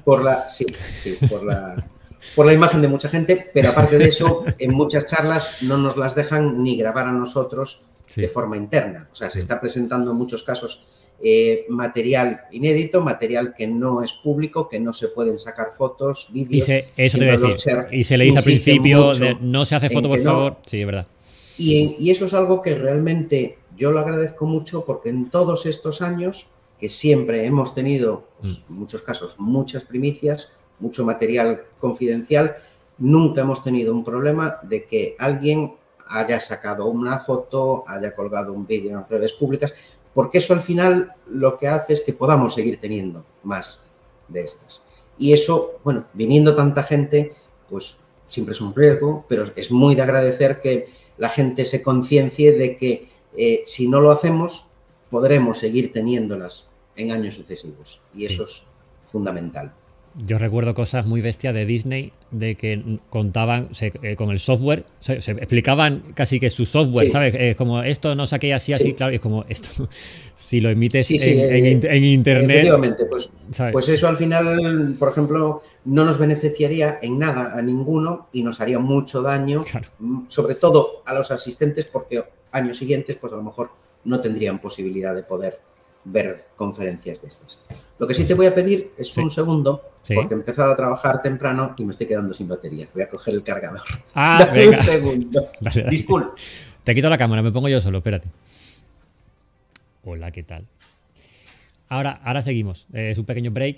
Por la imagen de mucha gente, pero aparte de eso, en muchas charlas no nos las dejan ni grabar a nosotros de forma interna. O sea, se está presentando en muchos casos material inédito, material que no es público, que no se pueden sacar fotos, vídeos. Eso te voy a decir. Y se le dice al principio, no se hace foto, por favor. Sí, es verdad. Y eso es algo que realmente yo lo agradezco mucho, porque en todos estos años que siempre hemos tenido, pues, en muchos casos, muchas primicias, mucho material confidencial, nunca hemos tenido un problema de que alguien haya sacado una foto, haya colgado un vídeo en redes públicas, porque eso al final lo que hace es que podamos seguir teniendo más de estas. Y eso, bueno, viniendo tanta gente, pues siempre es un riesgo, pero es muy de agradecer que la gente se conciencie de que si no lo hacemos, podremos seguir teniéndolas en años sucesivos. Y eso es fundamental. Yo recuerdo cosas muy bestias de Disney, de que contaban con el software, se explicaban casi que su software, ¿sabes? Como esto no saqué así, claro, y es como esto, si lo emites en internet. Efectivamente, pues eso al final, por ejemplo, no nos beneficiaría en nada a ninguno y nos haría mucho daño, sobre todo a los asistentes, porque años siguientes, pues a lo mejor no tendrían posibilidad de poder ver conferencias de estas. Lo que sí te voy a pedir es un segundo, porque he empezado a trabajar temprano y me estoy quedando sin batería. Voy a coger el cargador. Dame venga. Un segundo. Dale. Disculpe. Te quito la cámara, me pongo yo solo, espérate. Hola, ¿qué tal? Ahora seguimos. Es un pequeño break.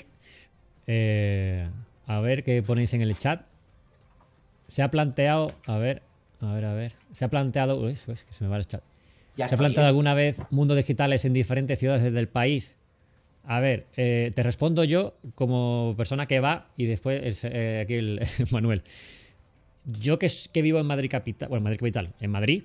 A ver qué ponéis en el chat. Se ha planteado... A ver. Se ha planteado... Uy, que se me va el chat. ¿Se ha planteado alguna vez mundos digitales en diferentes ciudades del país? A ver, te respondo yo como persona que va y después aquí el Manuel. Yo que vivo en Madrid capital, bueno, Madrid capital, en Madrid,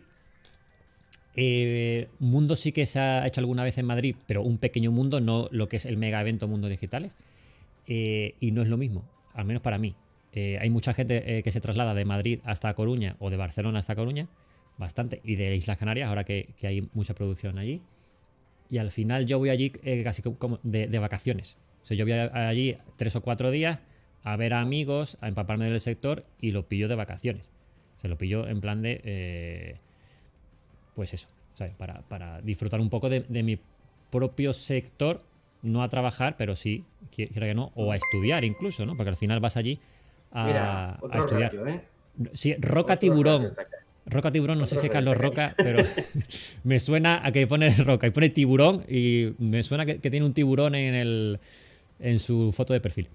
mundo sí que se ha hecho alguna vez en Madrid, pero un pequeño mundo, no lo que es el mega evento Mundos Digitales, y no es lo mismo, al menos para mí. Hay mucha gente que se traslada de Madrid hasta Coruña o de Barcelona hasta Coruña, bastante, y de Islas Canarias, ahora que hay mucha producción allí. Y al final yo voy allí casi como de vacaciones. O sea, yo voy allí 3 o 4 días a ver a amigos, a empaparme del sector y lo pillo de vacaciones. Se lo pillo en plan de... pues eso, ¿sabes? Para disfrutar un poco de mi propio sector, no a trabajar, pero sí, quiero que no, o a estudiar incluso, ¿no? Porque al final vas allí a estudiar. Radio, Sí, Roca Tiburón. Roca Tiburón, no sé si es Carlos Roca, pero me suena a que pone Roca y pone tiburón y me suena que tiene un tiburón en su foto de perfil.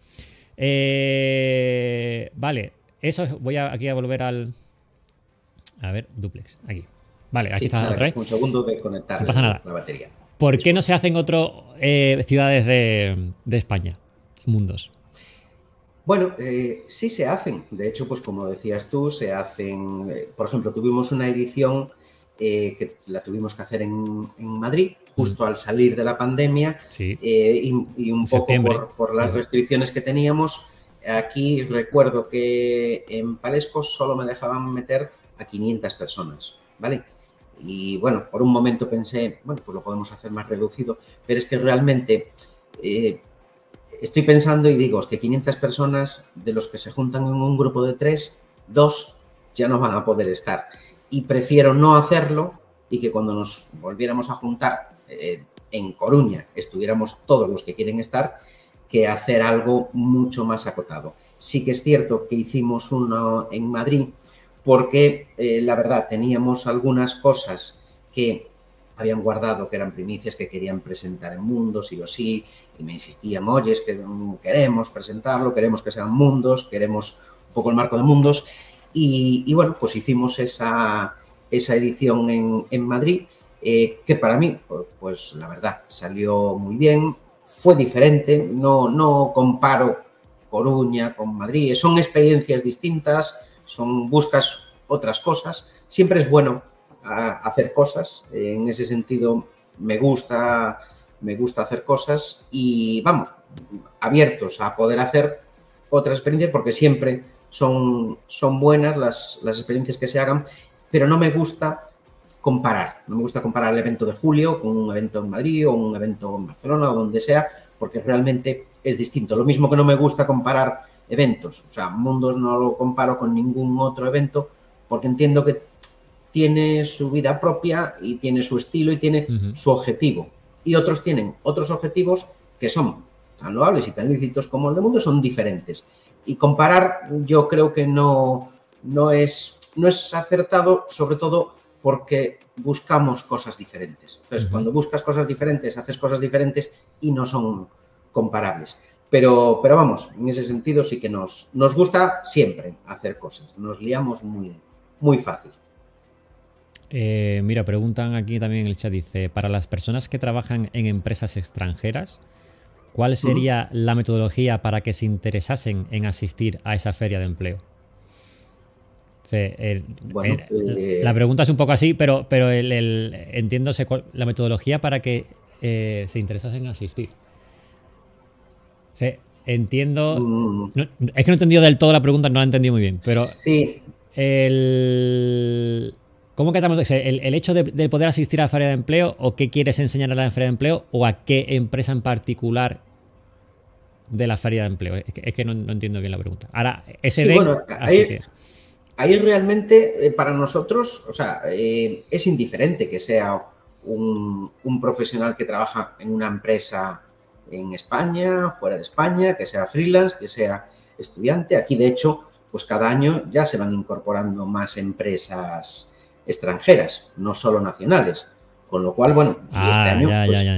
Vale, eso voy aquí a volver al... A ver, duplex, aquí. Vale, aquí está otra vez. Un segundo de conectar no pasa nada. La batería. ¿Por qué no se hacen otras ciudades de España? Mundos. Bueno, sí se hacen. De hecho, pues como decías tú, se hacen... por ejemplo, tuvimos una edición que la tuvimos que hacer en Madrid, justo al salir de la pandemia, sí. Y un poco por las restricciones que teníamos. Aquí recuerdo que en Palesco solo me dejaban meter a 500 personas, ¿vale? Y bueno, por un momento pensé, bueno, pues lo podemos hacer más reducido, pero es que realmente... estoy pensando y digo, es que 500 personas, de los que se juntan en un grupo de 3, 2 ya no van a poder estar. Y prefiero no hacerlo y que cuando nos volviéramos a juntar en Coruña estuviéramos todos los que quieren estar, que hacer algo mucho más acotado. Sí que es cierto que hicimos uno en Madrid porque, la verdad, teníamos algunas cosas que habían guardado, que eran primicias que querían presentar en Mundos, sí o sí, y me insistían, oye, es que queremos presentarlo, queremos que sean Mundos, queremos un poco el marco de Mundos, y bueno, pues hicimos esa edición en Madrid, que para mí, pues la verdad, salió muy bien, fue diferente, no comparo Coruña con Madrid, son experiencias distintas, buscas otras cosas, siempre es bueno hacer cosas, en ese sentido me gusta hacer cosas y vamos, abiertos a poder hacer otras experiencias porque siempre son buenas las experiencias que se hagan, pero no me gusta comparar, el evento de julio con un evento en Madrid o un evento en Barcelona o donde sea, porque realmente es distinto. Lo mismo que no me gusta comparar eventos, o sea, Mundos no lo comparo con ningún otro evento porque entiendo que tiene su vida propia y tiene su estilo y tiene su objetivo. Y otros tienen otros objetivos que son tan loables y tan lícitos como el de Mundo, son diferentes. Y comparar yo creo que no es acertado, sobre todo porque buscamos cosas diferentes. Entonces, cuando buscas cosas diferentes, haces cosas diferentes y no son comparables. Pero vamos, en ese sentido sí que nos gusta siempre hacer cosas. Nos liamos muy fácil. Mira, preguntan aquí también en el chat, dice, para las personas que trabajan en empresas extranjeras, ¿cuál sería la metodología para que se interesasen en asistir a esa feria de empleo? La pregunta es un poco así, pero entiendo la metodología para que se interesasen en asistir. Entiendo... No, es que no he entendido del todo la pregunta, no la he entendido muy bien, pero... Sí. ¿Cómo quedamos? ¿El hecho de poder asistir a la feria de empleo o qué quieres enseñar a la feria de empleo o a qué empresa en particular de la feria de empleo? Es que no entiendo bien la pregunta. Ahora, ahí realmente para nosotros, o sea, es indiferente que sea un profesional que trabaja en una empresa en España, fuera de España, que sea freelance, que sea estudiante. Aquí, de hecho, pues cada año ya se van incorporando más empresas extranjeras, no solo nacionales. Con lo cual, bueno, y este año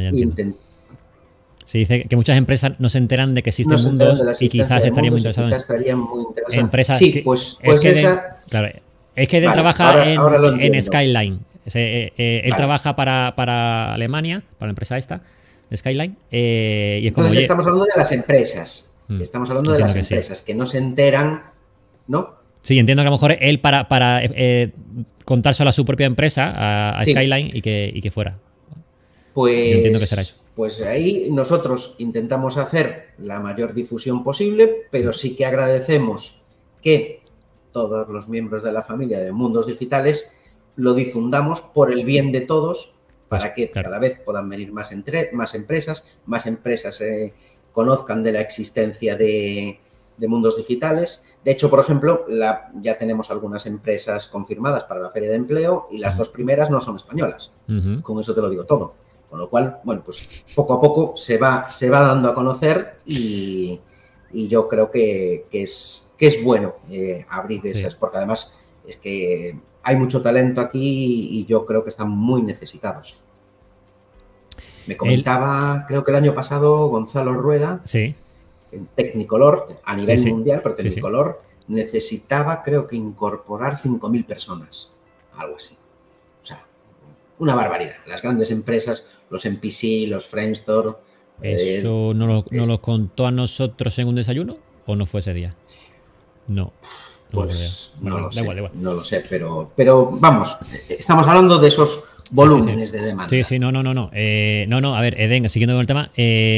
se dice que muchas empresas no se enteran de que existen mundos y quizás estarían muy interesados en empresas. Sí, pues es que claro, es que Eden trabaja en Skyline. Él trabaja para Alemania, para la empresa esta, de Skyline. Y es entonces estamos hablando de las empresas. Estamos hablando de las empresas que no se enteran, ¿no? Sí, entiendo que a lo mejor él para contárselo a su propia empresa, a Skyline, y que fuera. Pues, yo entiendo que será eso. Pues ahí nosotros intentamos hacer la mayor difusión posible, pero sí que agradecemos que todos los miembros de la familia de Mundos Digitales lo difundamos por el bien de todos, para que cada vez puedan venir más empresas conozcan de la existencia de Mundos Digitales. De hecho, por ejemplo, ya tenemos algunas empresas confirmadas para la Feria de Empleo y las dos primeras no son españolas. Con eso te lo digo todo. Con lo cual, bueno, pues poco a poco se va dando a conocer y yo creo que es bueno abrir esas, porque además es que hay mucho talento aquí y yo creo que están muy necesitados. Me comentaba, creo que el año pasado, Gonzalo Rueda, en Technicolor, a nivel mundial, pero Technicolor necesitaba, creo que, incorporar 5.000 personas, algo así. O sea, una barbaridad. Las grandes empresas, los MPC, los Framestore... ¿Eso no lo contó a nosotros en un desayuno o no fue ese día? No. Pues no lo sé, no lo sé, pero vamos, estamos hablando de esos volúmenes de demanda. No, a ver, Eden, siguiendo con el tema,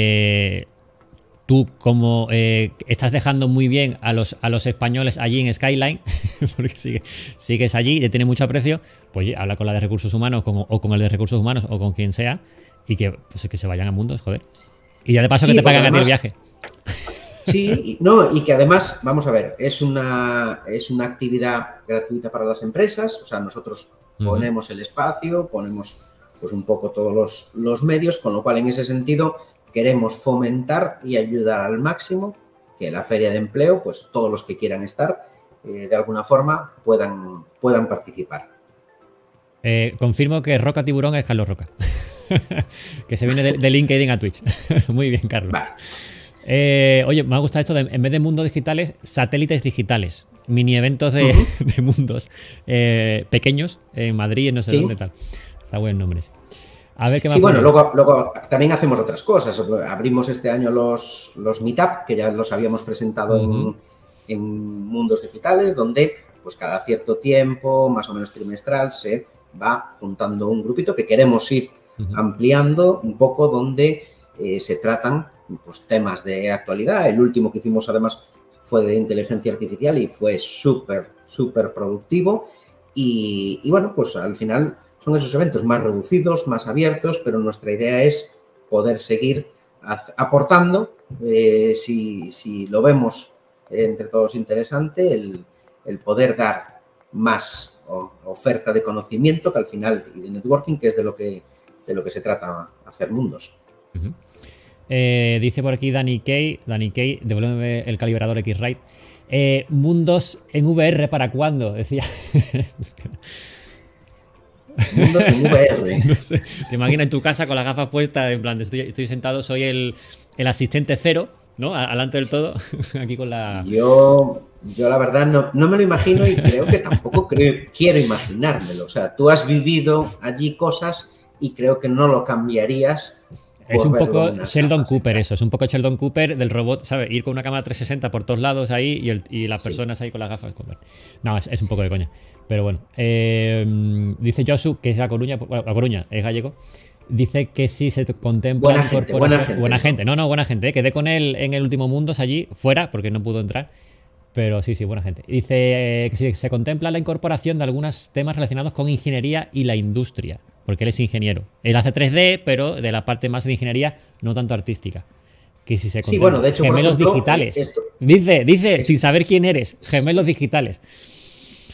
tú como estás dejando muy bien a los españoles allí en Skyline, porque sigues allí, le tiene mucho aprecio, pues habla con la de recursos humanos o con el de recursos humanos o con quien sea y que se vayan a Mundos, joder. Y ya de paso que te pagan a ti el viaje. Sí, y que además, vamos a ver, es una actividad gratuita para las empresas, o sea, nosotros ponemos el espacio, ponemos pues un poco todos los medios, con lo cual en ese sentido queremos fomentar y ayudar al máximo que la Feria de Empleo, pues todos los que quieran estar, de alguna forma puedan participar. Confirmo que Roca Tiburón es Carlos Roca, que se viene de LinkedIn a Twitch. Muy bien, Carlos. Vale. Oye, me ha gustado esto de, en vez de mundos digitales, satélites digitales, mini eventos de mundos pequeños en Madrid, no sé dónde tal. Está buen nombre. A ver qué más. Sí, bueno, luego también hacemos otras cosas. Abrimos este año los Meetup, que ya los habíamos presentado en Mundos Digitales, donde pues cada cierto tiempo, más o menos trimestral, se va juntando un grupito que queremos ir ampliando un poco, donde se tratan pues temas de actualidad. El último que hicimos además fue de inteligencia artificial y fue súper productivo y bueno, pues al final son esos eventos más reducidos, más abiertos, pero nuestra idea es poder seguir aportando, si lo vemos entre todos interesante, el poder dar más oferta de conocimiento que al final y de networking, que es de lo que se trata hacer Mundos. Dice por aquí Dani Kay, devuélveme el calibrador X-Rite. Mundos en VR, ¿para cuándo? Decía. Mundos en VR. No sé. Te imaginas en tu casa con las gafas puestas, en plan, estoy sentado, soy el asistente cero, ¿no? Adelante del todo, aquí con la... Yo la verdad no me lo imagino y creo que tampoco quiero imaginármelo. O sea, tú has vivido allí cosas y creo que no lo cambiarías. Es un poco Sheldon Cooper eso, es un poco Sheldon Cooper del robot, ¿sabes? Ir con una cámara 360 por todos lados ahí y las personas ahí con las gafas. No, es un poco de coña. Pero bueno, dice Josu, que es La Coruña, es gallego, dice que sí se contempla buena gente. Buena gente, quedé con él en el último Mundos allí, fuera, porque no pudo entrar. Pero sí, buena gente. Dice que sí, se contempla la incorporación de algunos temas relacionados con ingeniería y la industria, porque él es ingeniero. Él hace 3D, pero de la parte más de ingeniería, no tanto artística. Que si se contempla. Bueno, de hecho, gemelos digitales. Dice, sin saber quién eres, gemelos digitales.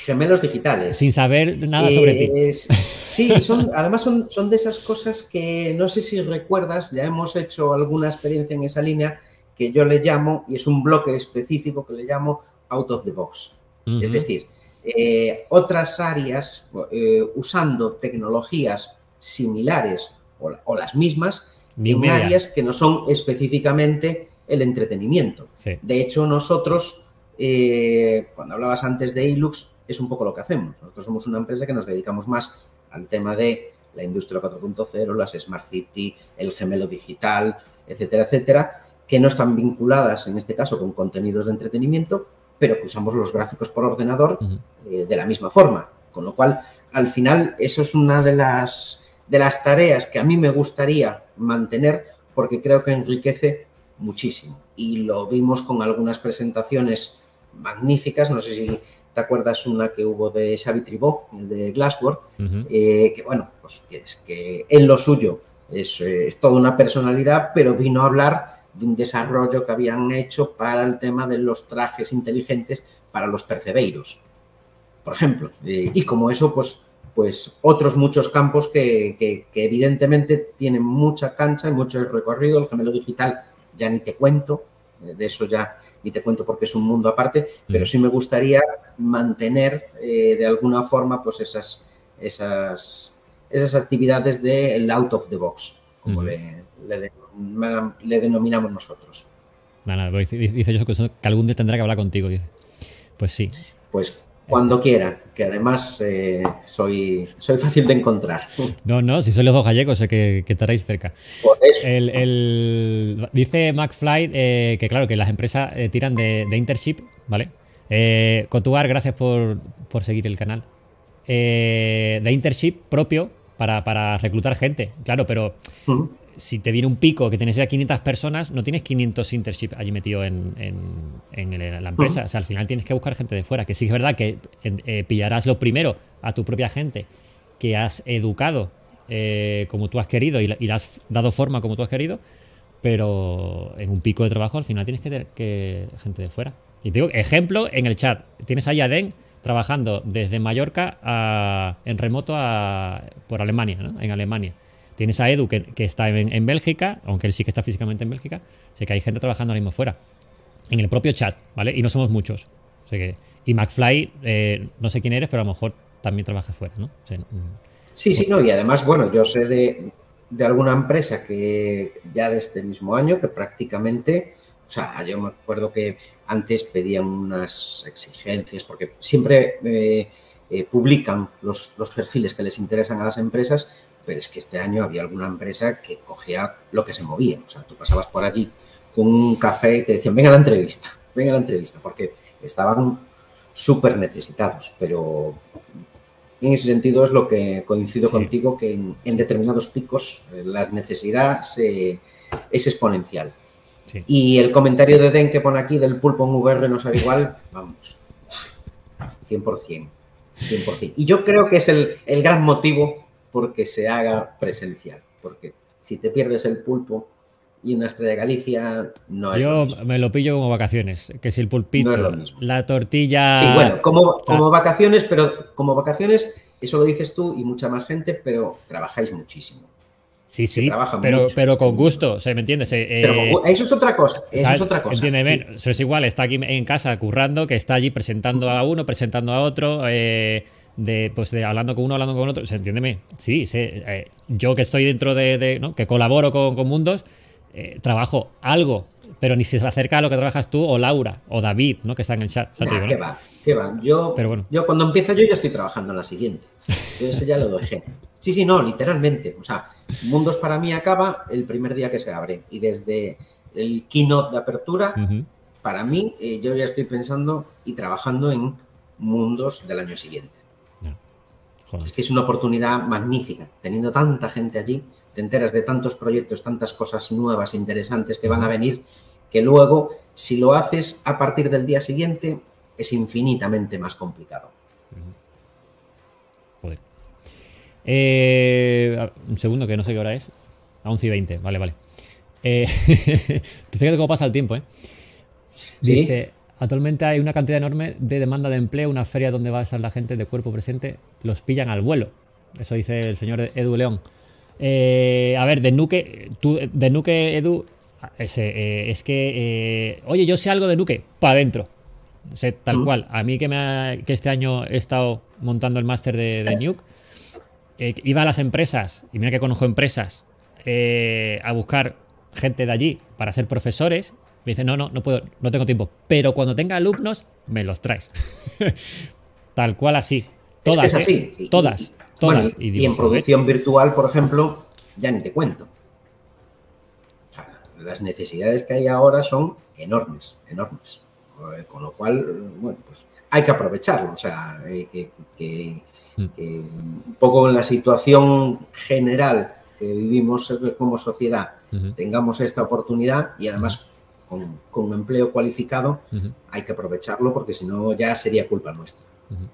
Gemelos digitales. Sin saber nada sobre ti. Sí, además son de esas cosas que no sé si recuerdas, ya hemos hecho alguna experiencia en esa línea que yo le llamo, y es un bloque específico que le llamo out of the box. Es decir, otras áreas usando tecnologías similares o las mismas en áreas que no son específicamente el entretenimiento. Sí. De hecho, nosotros, cuando hablabas antes de Ilux, es un poco lo que hacemos. Nosotros somos una empresa que nos dedicamos más al tema de la industria 4.0, las Smart City, el gemelo digital, etcétera, etcétera, que no están vinculadas, en este caso, con contenidos de entretenimiento, pero que usamos los gráficos por ordenador de la misma forma. Con lo cual, al final, eso es una de las tareas que a mí me gustaría mantener porque creo que enriquece muchísimo. Y lo vimos con algunas presentaciones magníficas. No sé si te acuerdas una que hubo de Xavi Tribó, el de Glassword, que bueno, pues que en lo suyo es toda una personalidad, pero vino a hablar de un desarrollo que habían hecho para el tema de los trajes inteligentes para los percebeiros, por ejemplo. Y como eso, pues otros muchos campos que evidentemente tienen mucha cancha y mucho recorrido. El gemelo digital ya ni te cuento, de eso ya ni te cuento porque es un mundo aparte, pero sí me gustaría mantener de alguna forma pues esas actividades del out of the box, como le denominamos nosotros. Nada, dice yo que algún día tendrá que hablar contigo, dice. Pues sí. Pues cuando quiera, que además soy fácil de encontrar. No, si sois los dos gallegos, sé que estaréis cerca. Por eso. Dice McFly que claro, que las empresas tiran de internship, ¿vale? Cotuar, gracias por seguir el canal. De internship propio para reclutar gente, claro, pero si te viene un pico que tienes ya 500 personas, no tienes 500 internship allí metido en la empresa. O sea, al final tienes que buscar gente de fuera, que sí es verdad que pillarás lo primero a tu propia gente que has educado como tú has querido y le has dado forma como tú has querido, pero en un pico de trabajo al final tienes que tener gente de fuera. Y te digo, ejemplo, en el chat, tienes a Yaden trabajando desde Mallorca en remoto por Alemania, ¿no? En Alemania. Tienes a Edu, que está en Bélgica, aunque él sí que está físicamente en Bélgica. Sé que hay gente trabajando ahora mismo fuera. En el propio chat, ¿vale? Y no somos muchos. O sea y McFly, no sé quién eres, pero a lo mejor también trabaja fuera, ¿no? O sea, sí, no. Y además, bueno, yo sé de alguna empresa que ya de este mismo año, que prácticamente... O sea, yo me acuerdo que antes pedían unas exigencias, porque siempre publican los perfiles que les interesan a las empresas, pero es que este año había alguna empresa que cogía lo que se movía. O sea, tú pasabas por allí con un café y te decían, venga a la entrevista, porque estaban súper necesitados. Pero en ese sentido es lo que coincido contigo, que en determinados picos la necesidad es exponencial. Sí. Y el comentario de Den que pone aquí del pulpo en VR no sabe igual, vamos, 100%. Y yo creo que es el gran motivo porque se haga presencial, porque si te pierdes el pulpo y una Estrella de Galicia, no es lo mismo. Yo me lo pillo como vacaciones, que si el pulpito, no es lo mismo. La tortilla... Sí, bueno, como vacaciones, pero como vacaciones, eso lo dices tú y mucha más gente, pero trabajáis muchísimo. Sí, pero con gusto, o sea, ¿me entiendes? Pero eso es otra cosa, Entiéndeme, sí. Es igual, está aquí en casa currando, que está allí presentando a uno, presentando a otro, hablando con uno, hablando con otro, o sea, entiéndeme, sí, yo que estoy dentro ¿no? Que colaboro con Mundos, trabajo algo, pero ni se acerca a lo que trabajas tú o Laura o David, ¿no? Que está en el chat. Nah, ¿qué va? Yo cuando empiezo yo ya estoy trabajando en la siguiente. Yo ese ya lo dejé. Sí, no, literalmente. O sea, Mundos para mí acaba el primer día que se abre. Y desde el keynote de apertura, para mí, yo ya estoy pensando y trabajando en Mundos del año siguiente. Es que es una oportunidad magnífica. Teniendo tanta gente allí, te enteras de tantos proyectos, tantas cosas nuevas, interesantes que van a venir, que luego, si lo haces a partir del día siguiente, es infinitamente más complicado. Joder. Un segundo, que no sé qué hora es. A 11:20, vale. Tú fíjate cómo pasa el tiempo, ¿eh? Dice, Actualmente hay una cantidad enorme de demanda de empleo, una feria donde va a estar la gente de cuerpo presente, los pillan al vuelo. Eso dice el señor Edu León. A ver, de Nuke, Edu, es que, oye, yo sé algo de Nuke, para adentro. Sé tal cual. A mí que este año he estado montando el máster de Nuke, iba a las empresas, y mira que conozco empresas, a buscar gente de allí para ser profesores. Me dicen, no puedo, no tengo tiempo. Pero cuando tenga alumnos, me los traes. Tal cual así. Todas, es así. Todas. Bueno, y en producción virtual, por ejemplo, ya ni te cuento. O sea, las necesidades que hay ahora son enormes. Con lo cual, bueno, pues hay que aprovecharlo. O sea, un poco en la situación general que vivimos como sociedad, tengamos esta oportunidad y además con empleo cualificado, hay que aprovecharlo porque si no ya sería culpa nuestra.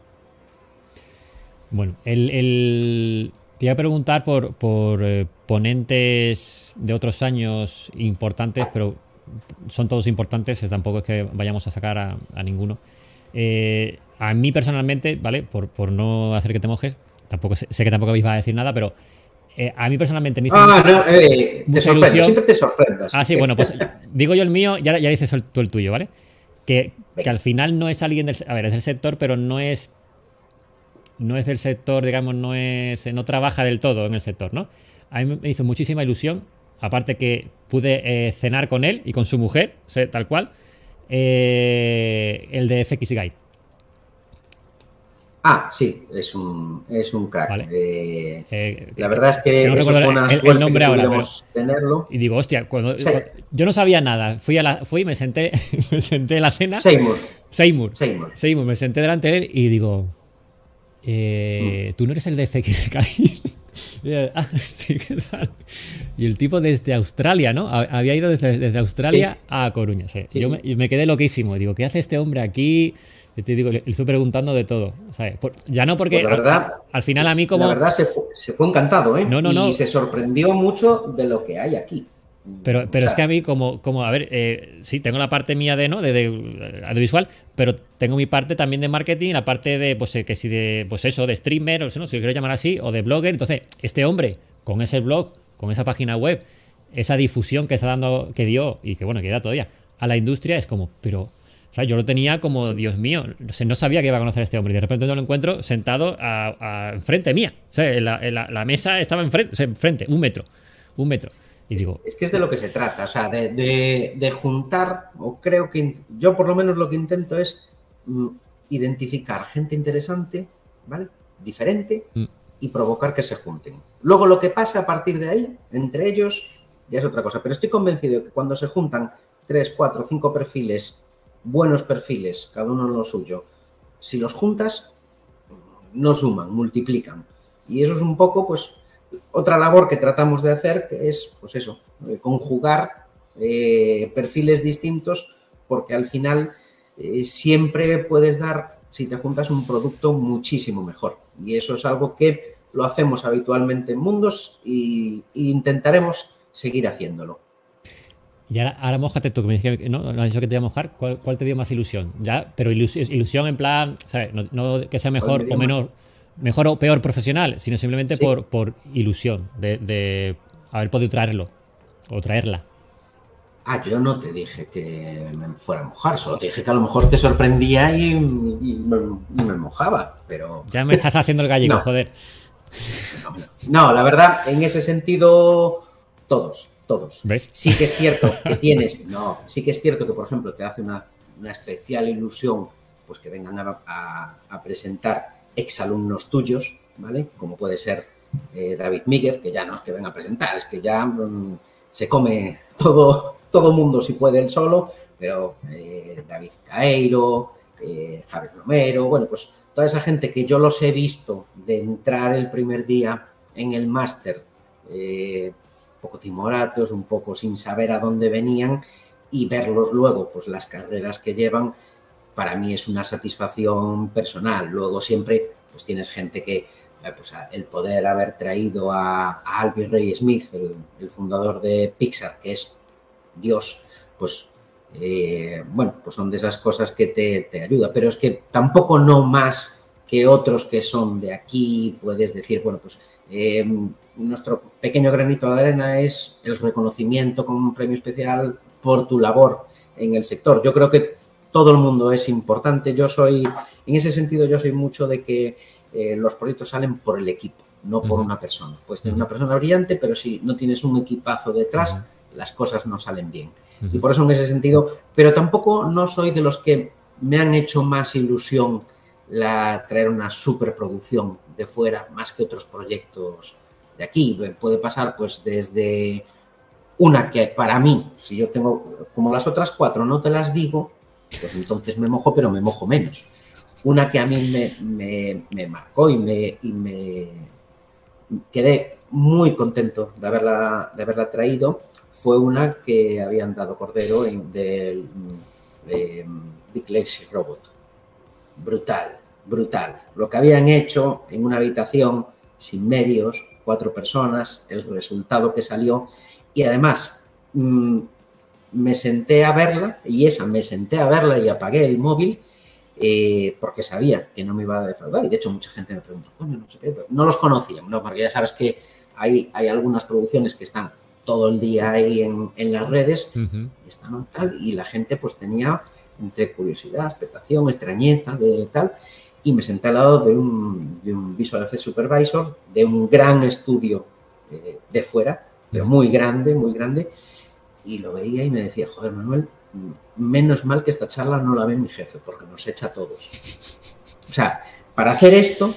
Bueno, te iba a preguntar por ponentes de otros años importantes, pero son todos importantes, tampoco es que vayamos a sacar a ninguno. A mí personalmente, ¿vale? Por no hacer que te mojes, tampoco sé que tampoco vais a decir nada, pero a mí personalmente me hizo mucha ilusión. Siempre te sorprendas. Sí, bueno, pues digo yo el mío, ya dices tú el tuyo, ¿vale? Que al final no es alguien a ver, es del sector, pero no es del sector, digamos, no trabaja del todo en el sector, ¿no? A mí me hizo muchísima ilusión, aparte que pude cenar con él y con su mujer, tal cual, el de FX Guide. Sí, es un crack. Vale. La verdad es que no eso recuerdo fue una el nombre que ahora, tenerlo. Y digo, hostia, cuando yo no sabía nada, fui, me senté en la cena. Seymour, me senté delante de él y digo, tú no eres el de FX Guide. Sí, ¿qué tal? Y el tipo desde Australia, ¿no? Había ido desde Australia a Coruña. Sí. Yo me quedé loquísimo. Digo, ¿qué hace este hombre aquí? Y te digo, le estoy preguntando de todo, ¿sabes? Ya no porque pues la verdad, al final a mí como... La verdad se fue encantado, ¿eh? No. Y se sorprendió mucho de lo que hay aquí. Pero es que a mí como a ver, sí, tengo la parte mía de audiovisual, pero tengo mi parte también de marketing, la parte de, pues de streamer, o si lo quiero llamar así, o de blogger. Entonces, este hombre, con ese blog, con esa página web, esa difusión que está dando, que dio, y que bueno, que da todavía, a la industria, es como, pero... O sea, yo lo tenía como, Dios mío, no sabía que iba a conocer a este hombre. Y de repente no lo encuentro sentado enfrente mía. O sea, la mesa estaba enfrente, un metro. Y digo... Es que es de lo que se trata, o sea, de juntar, o creo que yo por lo menos lo que intento es identificar gente interesante, ¿vale? Diferente, y provocar que se junten. Luego lo que pasa a partir de ahí, entre ellos, ya es otra cosa. Pero estoy convencido de que cuando se juntan 3, 4, 5 perfiles, buenos perfiles, cada uno en lo suyo, si los juntas, no suman, multiplican. Y eso es un poco, pues, otra labor que tratamos de hacer, que es, pues eso, conjugar perfiles distintos, porque al final siempre puedes dar, si te juntas, un producto muchísimo mejor. Y eso es algo que lo hacemos habitualmente en Mundos e intentaremos seguir haciéndolo. Y ahora mójate tú, que me dijiste que no has dicho que te iba a mojar. ¿Cuál te dio más ilusión? Ya, pero ilusión en plan, ¿sabes? No que sea mejor o menor, mejor o peor profesional, sino simplemente por ilusión de haber podido traerlo o traerla. Yo no te dije que me fuera a mojar, solo te dije que a lo mejor te sorprendía y me mojaba, pero... Ya me estás haciendo el gallego, joder. No, la verdad, en ese sentido, todos. ¿Ves? Sí que es cierto que sí que es cierto que, por ejemplo, te hace una especial ilusión pues que vengan a presentar exalumnos tuyos, ¿vale? Como puede ser David Míguez, que ya no es que venga a presentar, es que ya se come todo mundo si puede él solo, pero David Caeiro, Javier Romero, bueno, pues toda esa gente que yo los he visto de entrar el primer día en el máster, un poco timoratos, un poco sin saber a dónde venían, y verlos luego, pues las carreras que llevan, para mí es una satisfacción personal. Luego siempre pues tienes gente que, pues el poder haber traído a Alvin Ray Smith, el fundador de Pixar, que es Dios, pues bueno, pues son de esas cosas que te ayuda, pero es que tampoco no más que otros que son de aquí, puedes decir, bueno, pues nuestro pequeño granito de arena es el reconocimiento con un premio especial por tu labor en el sector. Yo creo que todo el mundo es importante. En ese sentido, yo soy mucho de que los proyectos salen por el equipo, no por una persona. Puedes tener una persona brillante, pero si no tienes un equipazo detrás, las cosas no salen bien. Y por eso en ese sentido, pero tampoco no soy de los que me han hecho más ilusión traer una superproducción de fuera más que otros proyectos de aquí. Puede pasar pues desde una que para mí, si yo tengo como las otras 4 no te las digo, pues entonces me mojo, pero me mojo menos. Una que a mí me marcó y me quedé muy contento de haberla traído, fue una que habían dado Cordero de Big Lazy Robot. Brutal. Lo que habían hecho en una habitación sin medios, 4 personas, el resultado que salió. Y además me senté a verla y apagué el móvil porque sabía que no me iba a defraudar. Y de hecho mucha gente me preguntó, no sé qué, no los conocían, ¿no? Porque ya sabes que hay algunas producciones que están todo el día ahí en las redes están tal, y la gente pues tenía entre curiosidad, expectación, extrañeza de tal, y me senté al lado de un Visual Effects Supervisor de un gran estudio de fuera, pero muy grande, y lo veía y me decía, joder, Manuel, menos mal que esta charla no la ve mi jefe, porque nos echa a todos. O sea, para hacer esto,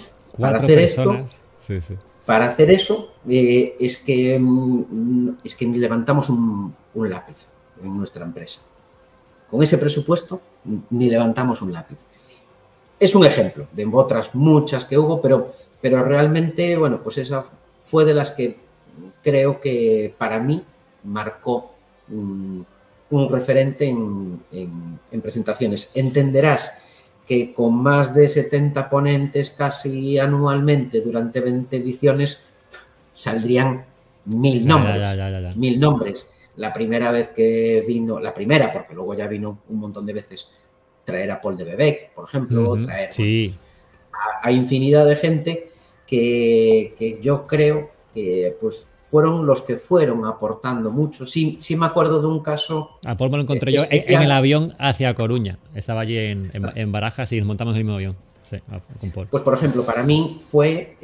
para hacer eso, es que ni levantamos un lápiz en nuestra empresa. Con ese presupuesto, ni levantamos un lápiz. Es un ejemplo de otras muchas que hubo, pero realmente, bueno, pues esa fue de las que creo que para mí marcó un referente en presentaciones. Entenderás que con más de 70 ponentes casi anualmente durante 20 ediciones saldrían 1000 nombres. Ya. 1000 nombres. La primera vez que vino, porque luego ya vino un montón de veces, traer a Paul de Bebec, por ejemplo, traer pues, a infinidad de gente que yo creo que pues fueron los que fueron aportando mucho. Sí me acuerdo de un caso... A Paul me lo encontré yo en el avión hacia Coruña. Estaba allí en Barajas y nos montamos en el mismo avión. Sí, con Paul. Pues, por ejemplo, para mí fue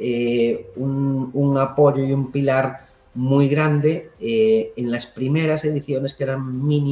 un apoyo y un pilar muy grande en las primeras ediciones que eran mini.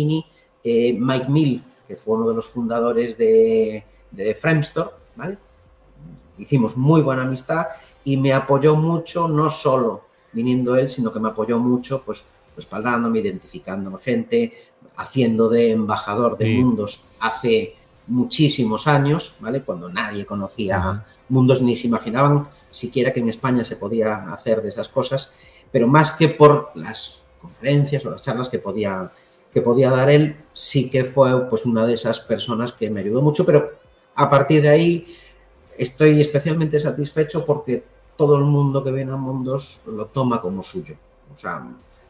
Mike Mill, que fue uno de los fundadores de Framestore, ¿vale? Hicimos muy buena amistad y me apoyó mucho, no solo viniendo él, sino que me apoyó mucho, pues respaldándome, identificándome gente, haciendo de embajador de Mundos hace muchísimos años, ¿vale? Cuando nadie conocía Mundos ni se imaginaban siquiera que en España se podía hacer de esas cosas, pero más que por las conferencias o las charlas que podía dar él, sí que fue pues una de esas personas que me ayudó mucho, pero a partir de ahí estoy especialmente satisfecho porque todo el mundo que viene a Mundos lo toma como suyo. O sea,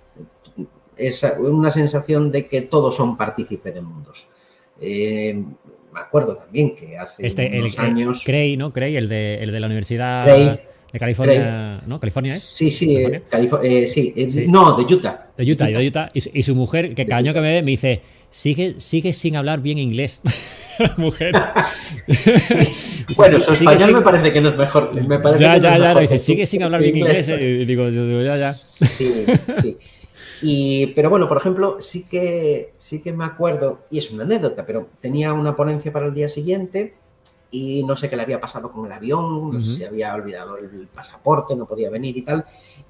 es una sensación de que todos son partícipes de Mundos. Me acuerdo también que hace unos años... Cray, ¿no? Cray, el de la Universidad de California, ¿no? ¿California es? Sí, no, de Utah. De Utah. Y su mujer, que cada año que me ve, me dice, sigue sin hablar bien inglés. La mujer. Sí. Bueno, su español me parece que no es mejor. Me parece ya, dice, sigue sin hablar bien inglés. Y digo, ya. Sí. Pero bueno, por ejemplo, sí que me acuerdo, y es una anécdota, pero tenía una ponencia para el día siguiente y no sé qué le había pasado con el avión, no sé si había olvidado el pasaporte, no podía venir y tal,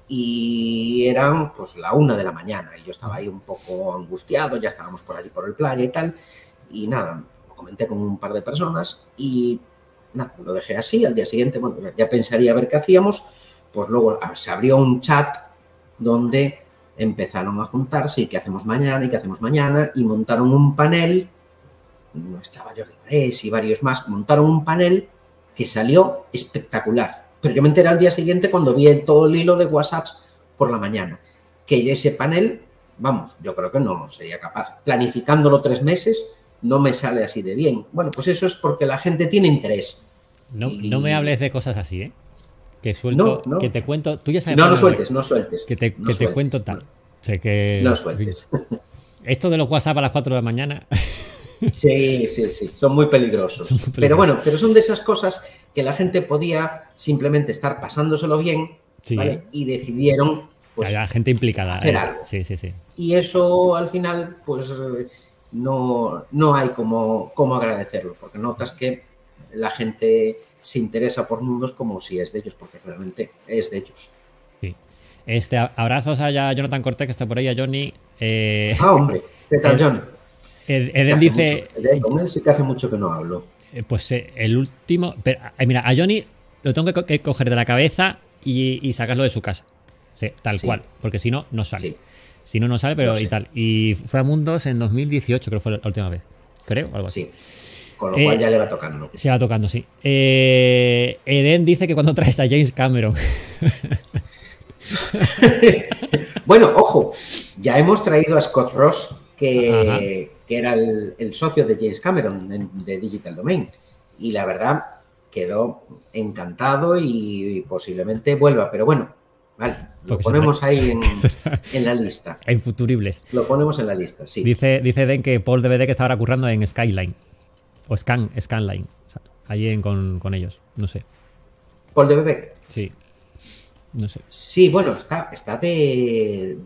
y eran pues la 1 de la mañana y yo estaba ahí un poco angustiado, ya estábamos por allí por el playa y tal, y nada, lo comenté con un par de personas y nada, lo dejé así. Al día siguiente, bueno, ya pensaría a ver qué hacíamos, pues luego se abrió un chat donde empezaron a juntarse y qué hacemos mañana, y montaron un panel, no estaba Jordi Marés y varios más, montaron un panel que salió espectacular, pero yo me enteré al día siguiente cuando vi todo el hilo de WhatsApp por la mañana, que ese panel vamos, yo creo que no sería capaz. Planificándolo 3 meses no me sale así de bien. Bueno, pues eso es porque la gente tiene interés. No me hables de cosas así, ¿eh? Que suelto, No. que te cuento. Tú ya sabes. No sueltes. Que te cuento tal. Sé que. No sueltes. Esto de los WhatsApp a las 4 de la mañana. Sí. Son muy peligrosos. Pero bueno, son de esas cosas que la gente podía simplemente estar pasándoselo bien, sí. ¿vale? Y decidieron, pues, que haya gente implicada. Hacer algo. Sí. Y eso al final, pues no hay como agradecerlo, porque notas que la gente se interesa por mundos como si es de ellos, porque realmente es de ellos. Sí. Abrazos a Jonathan Cortés, que está por ahí, a Johnny. Hombre, ¿qué tal, John? Eden dice... Con él sí que hace mucho que no hablo. Pues el último... Pero, mira, a Johnny lo tengo que coger de la cabeza y sacarlo de su casa. Sí, tal cual, porque si no, no sale. Sí. Si no, no sale, pero y tal. Y fue a Mundos en 2018, creo que fue la última vez. Creo, algo así. Sí. Con lo cual ya le va tocando. Se va tocando, sí. Eden dice que cuando traes a James Cameron. Bueno, ojo, ya hemos traído a Scott Ross, que era el socio de James Cameron de Digital Domain. Y la verdad, quedó encantado y posiblemente vuelva. Pero bueno, vale, lo ponemos ahí en la lista. En Futuribles. Lo ponemos en la lista, sí. Dice Eden que Paul DVD que está ahora currando en Skyline. O Scanline. O sea, allí con ellos. No sé. ¿Paul de Bebeck? Sí. No sé. Sí, bueno, está de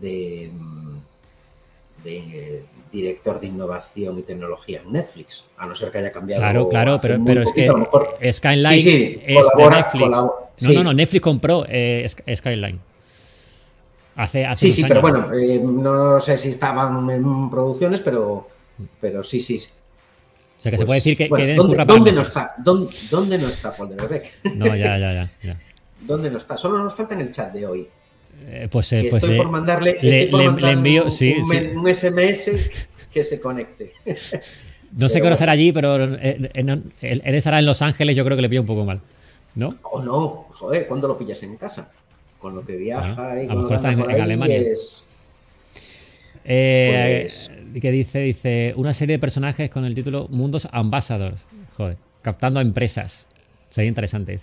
director de innovación y tecnología en Netflix, a no ser que haya cambiado. Claro, pero es poquito, que Skyline sí, es de Netflix. Sí. No, Netflix compró Skyline. Hace sí, años. Pero bueno, no sé si estaban en producciones, pero sí. O sea, que se puede decir que ¿dónde no está? ¿Dónde no está Paul de Bebeck? No, ya. ¿Dóde no está? Solo nos falta en el chat de hoy. Estoy por mandarle le envío un SMS que se conecte. No sé qué hora será allí, pero él estará en Los Ángeles, yo creo que le pilla un poco mal, ¿no? O no, joder, ¿cuándo lo pillas en casa? Con lo que viaja y a lo mejor está en Alemania. Que dice una serie de personajes con el título Mundos Ambassadors. Joder, captando a empresas. Sería interesante.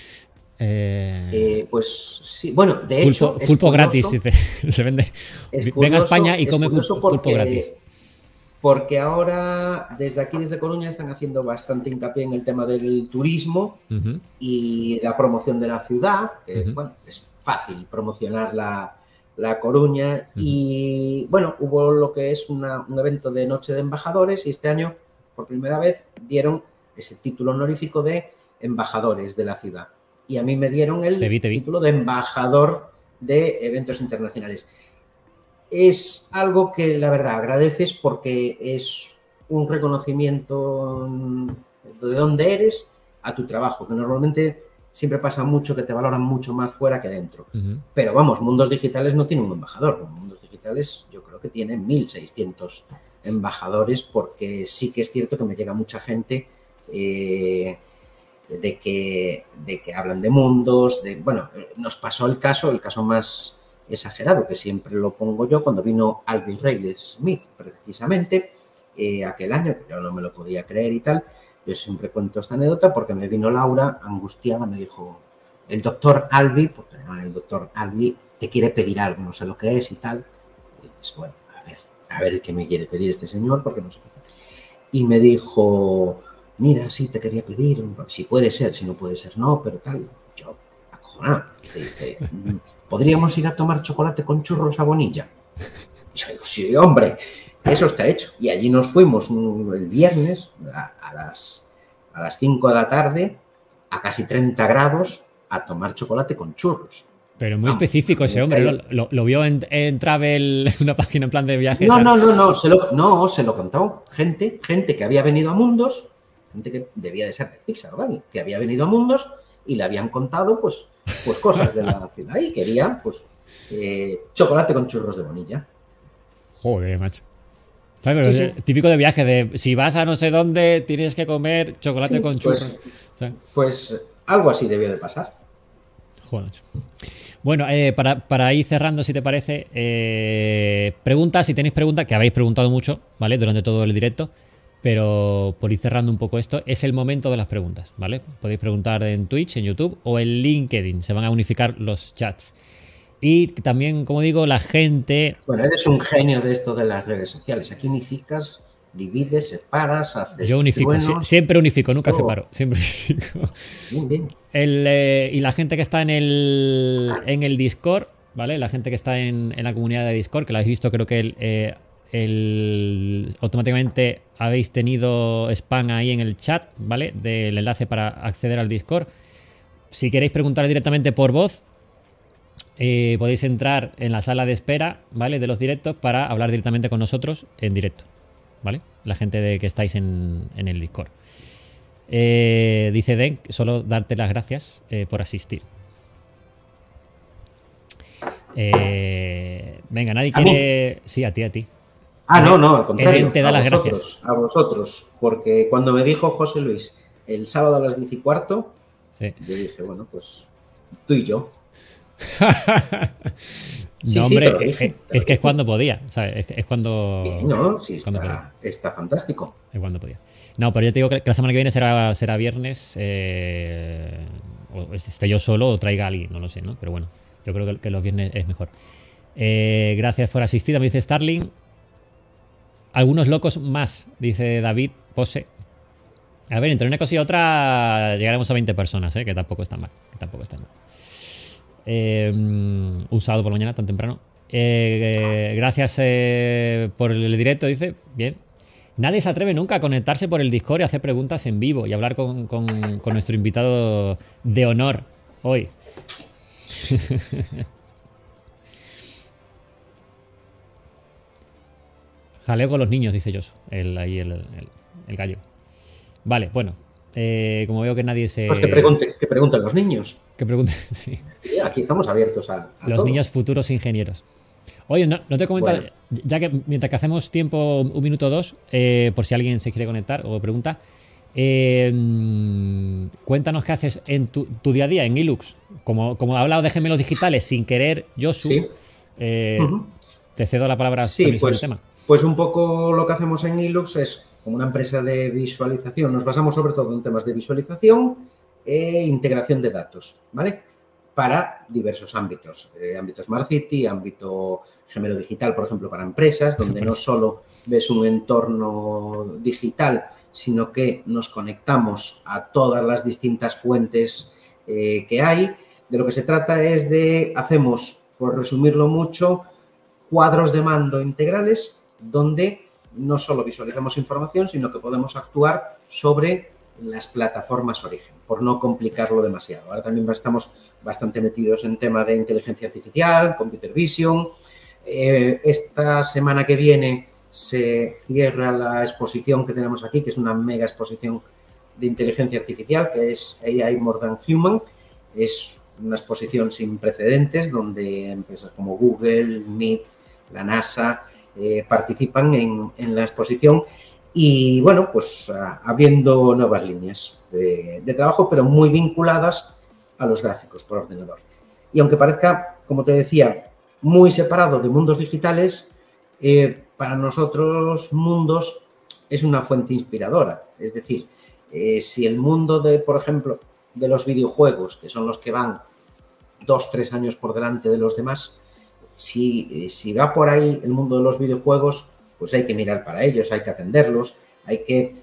Pues sí, bueno, de hecho. Pulpo gratis, dice. Se vende. Ven a España y come pulpo gratis. Porque ahora, desde Coruña, están haciendo bastante hincapié en el tema del turismo y la promoción de la ciudad. Que, bueno, es fácil promocionar la Coruña. Y bueno, hubo lo que es un evento de Noche de Embajadores y este año, por primera vez, dieron ese título honorífico de embajadores de la ciudad. Y a mí me dieron el título de embajador de eventos internacionales. Es algo que la verdad agradeces porque es un reconocimiento de dónde eres a tu trabajo, que normalmente siempre pasa mucho que te valoran mucho más fuera que dentro. Pero vamos, Mundos Digitales no tiene un embajador. Mundos Digitales yo creo que tiene 1.600 embajadores porque sí que es cierto que me llega mucha gente de que hablan de mundos, bueno, nos pasó el caso más exagerado, que siempre lo pongo yo, cuando vino Alvin Riley Smith, precisamente, aquel año, que yo no me lo podía creer y tal. Yo siempre cuento esta anécdota porque me vino Laura, angustiada, me dijo, el doctor Albi, porque el doctor Albi te quiere pedir algo, no sé lo que es y tal. Y pues, bueno, a ver qué me quiere pedir este señor, porque no sé qué. Y me dijo, mira, sí, te quería pedir, si puede ser, si no puede ser, no, pero tal. Yo, acojonado, te dice, ¿podríamos ir a tomar chocolate con churros a Bonilla? Y yo digo, sí, hombre, eso está hecho. Y allí nos fuimos el viernes a las 5 de la tarde, a casi 30 grados, a tomar chocolate con churros. Pero muy específico ese hombre, ¿no? ¿Lo vio en Travel, una página en plan de viajes? No, se lo contó gente que había venido a Mundos, gente que debía de ser de Pixar, ¿vale? Que había venido a Mundos y le habían contado pues cosas de la ciudad y querían pues chocolate con churros de Bonilla. Joder, macho. ¿Sabes? Sí. Típico de viaje, de si vas a no sé dónde tienes que comer chocolate con churros. Pues algo así debió de pasar. Joder. Bueno, para ir cerrando, si te parece, preguntas, si tenéis preguntas, que habéis preguntado mucho, ¿vale? Durante todo el directo, pero por ir cerrando un poco esto, es el momento de las preguntas, ¿vale? Podéis preguntar en Twitch, en YouTube o en LinkedIn, se van a unificar los chats. Y también, como digo, la gente... Bueno, eres un genio de esto de las redes sociales. Aquí unificas, divides, separas, haces... Yo unifico, siempre unifico, nunca separo, siempre unifico. Bien, bien. Y la gente que está en el Discord, ¿vale? La gente que está en la comunidad de Discord, que la habéis visto, creo que automáticamente habéis tenido spam ahí en el chat, ¿vale? Del enlace para acceder al Discord. Si queréis preguntar directamente por voz, podéis entrar en la sala de espera, ¿vale? De los directos para hablar directamente con nosotros en directo, ¿vale? La gente que estáis en el Discord. Dice Den, solo darte las gracias por asistir. Venga, nadie quiere... Sí, a ti. No, al contrario. Te da las gracias. A vosotros, porque cuando me dijo José Luis el sábado a las 10:15, sí. Yo dije, bueno, pues tú y yo. No, hombre, es que es cuando podía, ¿sabes? Es cuando... No, sí, está fantástico. Es cuando podía. No, pero yo te digo que la semana que viene será viernes, o esté yo solo o traiga a alguien, no lo sé, ¿no? Pero bueno, yo creo que los viernes es mejor. Gracias por asistir, me dice Starling. Algunos locos más, dice David Pose. A ver, entre una cosa y otra llegaremos a 20 personas, que tampoco está mal. Un sábado por la mañana, tan temprano. Gracias por el directo, dice. Bien. Nadie se atreve nunca a conectarse por el Discord y hacer preguntas en vivo y hablar con nuestro invitado de honor hoy. Jaleo con los niños, dice Josu. El gallo. Vale, bueno. Como veo que nadie se... Pues que pregunten los niños. Que pregunten, sí. Aquí estamos abiertos a los todo. Niños futuros ingenieros. Oye, no te he comentado, bueno, ya que mientras que hacemos tiempo, un minuto o dos, por si alguien se quiere conectar o pregunta, cuéntanos qué haces en tu día a día en Ilux. Como he hablado de gemelos digitales sin querer, Josu, ¿sí? Te cedo la palabra sobre el tema. Pues un poco lo que hacemos en Ilux es como una empresa de visualización. Nos basamos sobre todo en temas de visualización e integración de datos, ¿vale? Para diversos ámbitos. Ámbito Smart City, ámbito gemelo digital, por ejemplo, para empresas, donde no solo ves un entorno digital, sino que nos conectamos a todas las distintas fuentes que hay. De lo que se trata es hacemos, por resumirlo mucho, cuadros de mando integrales donde no solo visualizamos información, sino que podemos actuar sobre las plataformas origen, por no complicarlo demasiado. Ahora también estamos bastante metidos en tema de inteligencia artificial, computer vision. Esta semana que viene se cierra la exposición que tenemos aquí, que es una mega exposición de inteligencia artificial, que es AI More Than Human. Es una exposición sin precedentes donde empresas como Google, Meet, la NASA participan en la exposición y, bueno, pues abriendo nuevas líneas de trabajo, pero muy vinculadas a los gráficos por ordenador. Y aunque parezca, como te decía, muy separado de mundos digitales, para nosotros mundos es una fuente inspiradora. Es decir, si el mundo por ejemplo, de los videojuegos, que son los que van 2-3 años por delante de los demás, si va por ahí el mundo de los videojuegos, pues hay que mirar para ellos, hay que atenderlos, hay que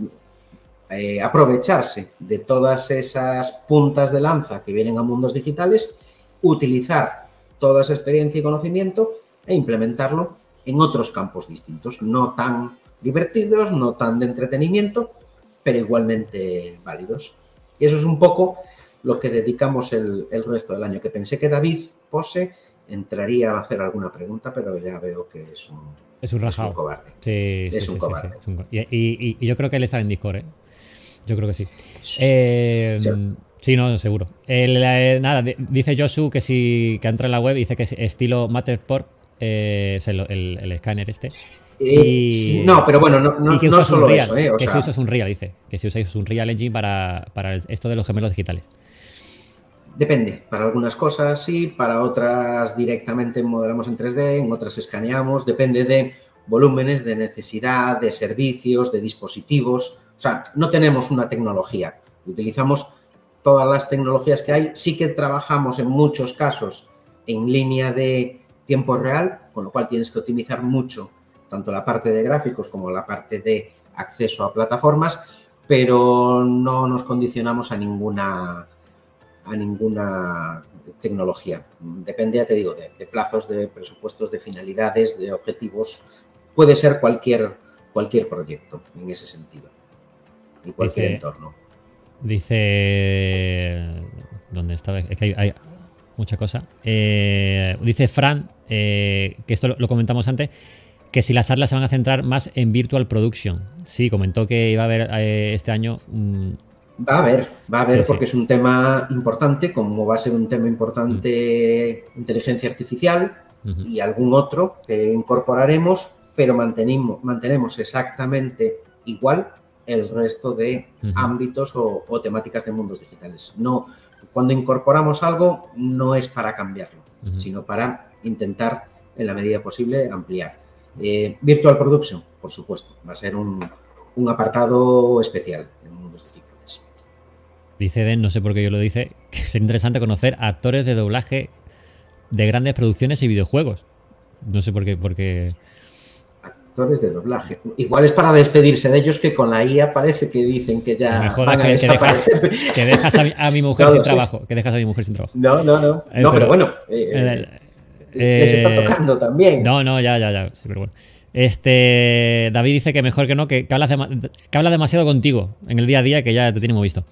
aprovecharse de todas esas puntas de lanza que vienen a mundos digitales, utilizar toda esa experiencia y conocimiento e implementarlo en otros campos distintos, no tan divertidos, no tan de entretenimiento, pero igualmente válidos. Y eso es un poco lo que dedicamos el resto del año, que pensé que David Pose entraría a hacer alguna pregunta, pero ya veo que es un rajado. Es un cobarde. Sí, es un cobarde. Sí. Y yo creo que él está en Discord, ¿eh? Yo creo que sí. Sí, no, seguro. Nada, dice Josu que que entra en la web y dice que es estilo Matterport, es el escáner este. No, pero bueno, no solo Unreal, eso. Que si usas Unreal, dice. Que si usáis Unreal Engine para esto de los gemelos digitales. Depende, para algunas cosas sí, para otras directamente modelamos en 3D, en otras escaneamos, depende de volúmenes, de necesidad, de servicios, de dispositivos. O sea, no tenemos una tecnología, utilizamos todas las tecnologías que hay. Sí que trabajamos en muchos casos en línea de tiempo real, con lo cual tienes que optimizar mucho tanto la parte de gráficos como la parte de acceso a plataformas, pero no nos condicionamos a ninguna tecnología. Depende, ya te digo, de plazos, de presupuestos, de finalidades, de objetivos. Puede ser cualquier proyecto en ese sentido y cualquier entorno. Dice... ¿Dónde estaba? Es que hay mucha cosa. Dice Fran, que esto lo comentamos antes, que si las charlas se van a centrar más en Virtual Production. Sí, comentó que iba a haber este año... Va a haber sí, porque sí. Es un tema importante, como va a ser un tema importante inteligencia artificial y algún otro que incorporaremos, pero mantenemos exactamente igual el resto de ámbitos o temáticas de mundos digitales. No, cuando incorporamos algo no es para cambiarlo, sino para intentar, en la medida posible, ampliar. Virtual Production, por supuesto, va a ser un apartado especial en mundos digitales. Dice Den, no sé por qué yo lo dice, que sería interesante conocer actores de doblaje de grandes producciones y videojuegos. No sé por qué. Actores de doblaje. Igual es para despedirse de ellos, que con la IA parece que dicen que ya van a desaparecer. Que dejas a mi mujer sin trabajo. Que dejas a mi mujer sin trabajo. No, pero bueno. Les está tocando también. No, ya. Sí, pero bueno. David dice que mejor que no, que habla demasiado contigo en el día a día, que ya te tenemos visto.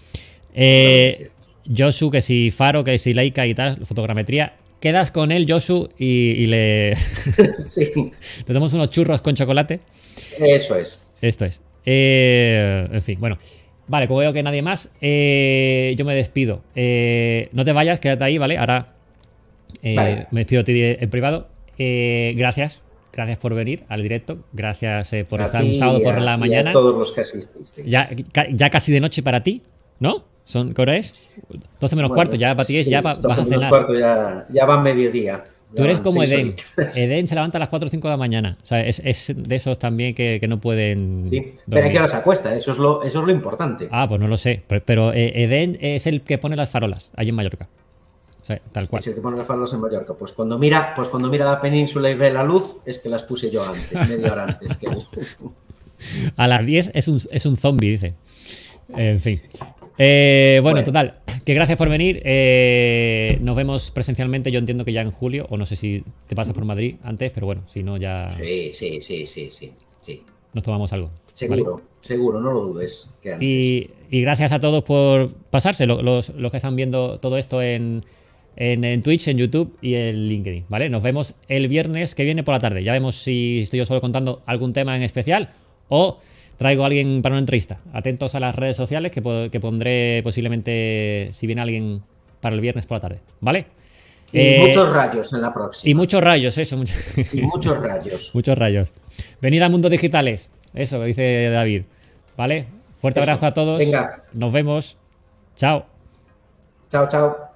Josu, que si Faro, que si Leica y tal, fotogrametría. Quedas con él, Josu, y le... Sí. Te damos unos churros con chocolate. Eso es. Esto es. En fin, bueno. Vale, como veo que nadie más, yo me despido. No te vayas, quédate ahí, ¿vale? Ahora me despido a ti en privado. Gracias por venir al directo. Gracias por estar un sábado por la mañana. A todos los que asististeis. Ya casi de noche para ti, ¿no? ¿Qué hora es? 12 menos cuarto, ya para ti es, ya vas a cenar. Cuarto ya va mediodía. Tú eres como Eden. Eden se levanta a las 4 o 5 de la mañana. O sea, es de esos también que no pueden. Sí, pero ¿a qué hora se acuesta? Eso es lo importante. Ah, pues no lo sé. Pero Eden es el que pone las farolas allí en Mallorca. O sea, tal cual. Es el que pone las farolas en Mallorca. Pues cuando mira la península y ve la luz, es que las puse yo antes, media hora antes que él. A las 10 es un zombie, dice. En fin. Bueno, total, que gracias por venir. Nos vemos presencialmente, yo entiendo que ya en julio, o no sé si te pasas por Madrid antes, pero bueno, si no ya... Sí. Nos tomamos algo. Seguro, no lo dudes. Que antes. Y gracias a todos por pasarse, los que están viendo todo esto en Twitch, en YouTube y en LinkedIn, ¿vale? Nos vemos el viernes que viene por la tarde. Ya vemos si estoy yo solo contando algún tema en especial o... traigo a alguien para una entrevista. Atentos a las redes sociales que pondré posiblemente si viene alguien para el viernes por la tarde. ¿Vale? Y muchos rayos en la próxima. Y muchos rayos, eso. Y muchos rayos. Muchos rayos. Venid a Mundos Digitales. Eso dice David. ¿Vale? Fuerte abrazo a todos. Venga. Nos vemos. Chao. Chao.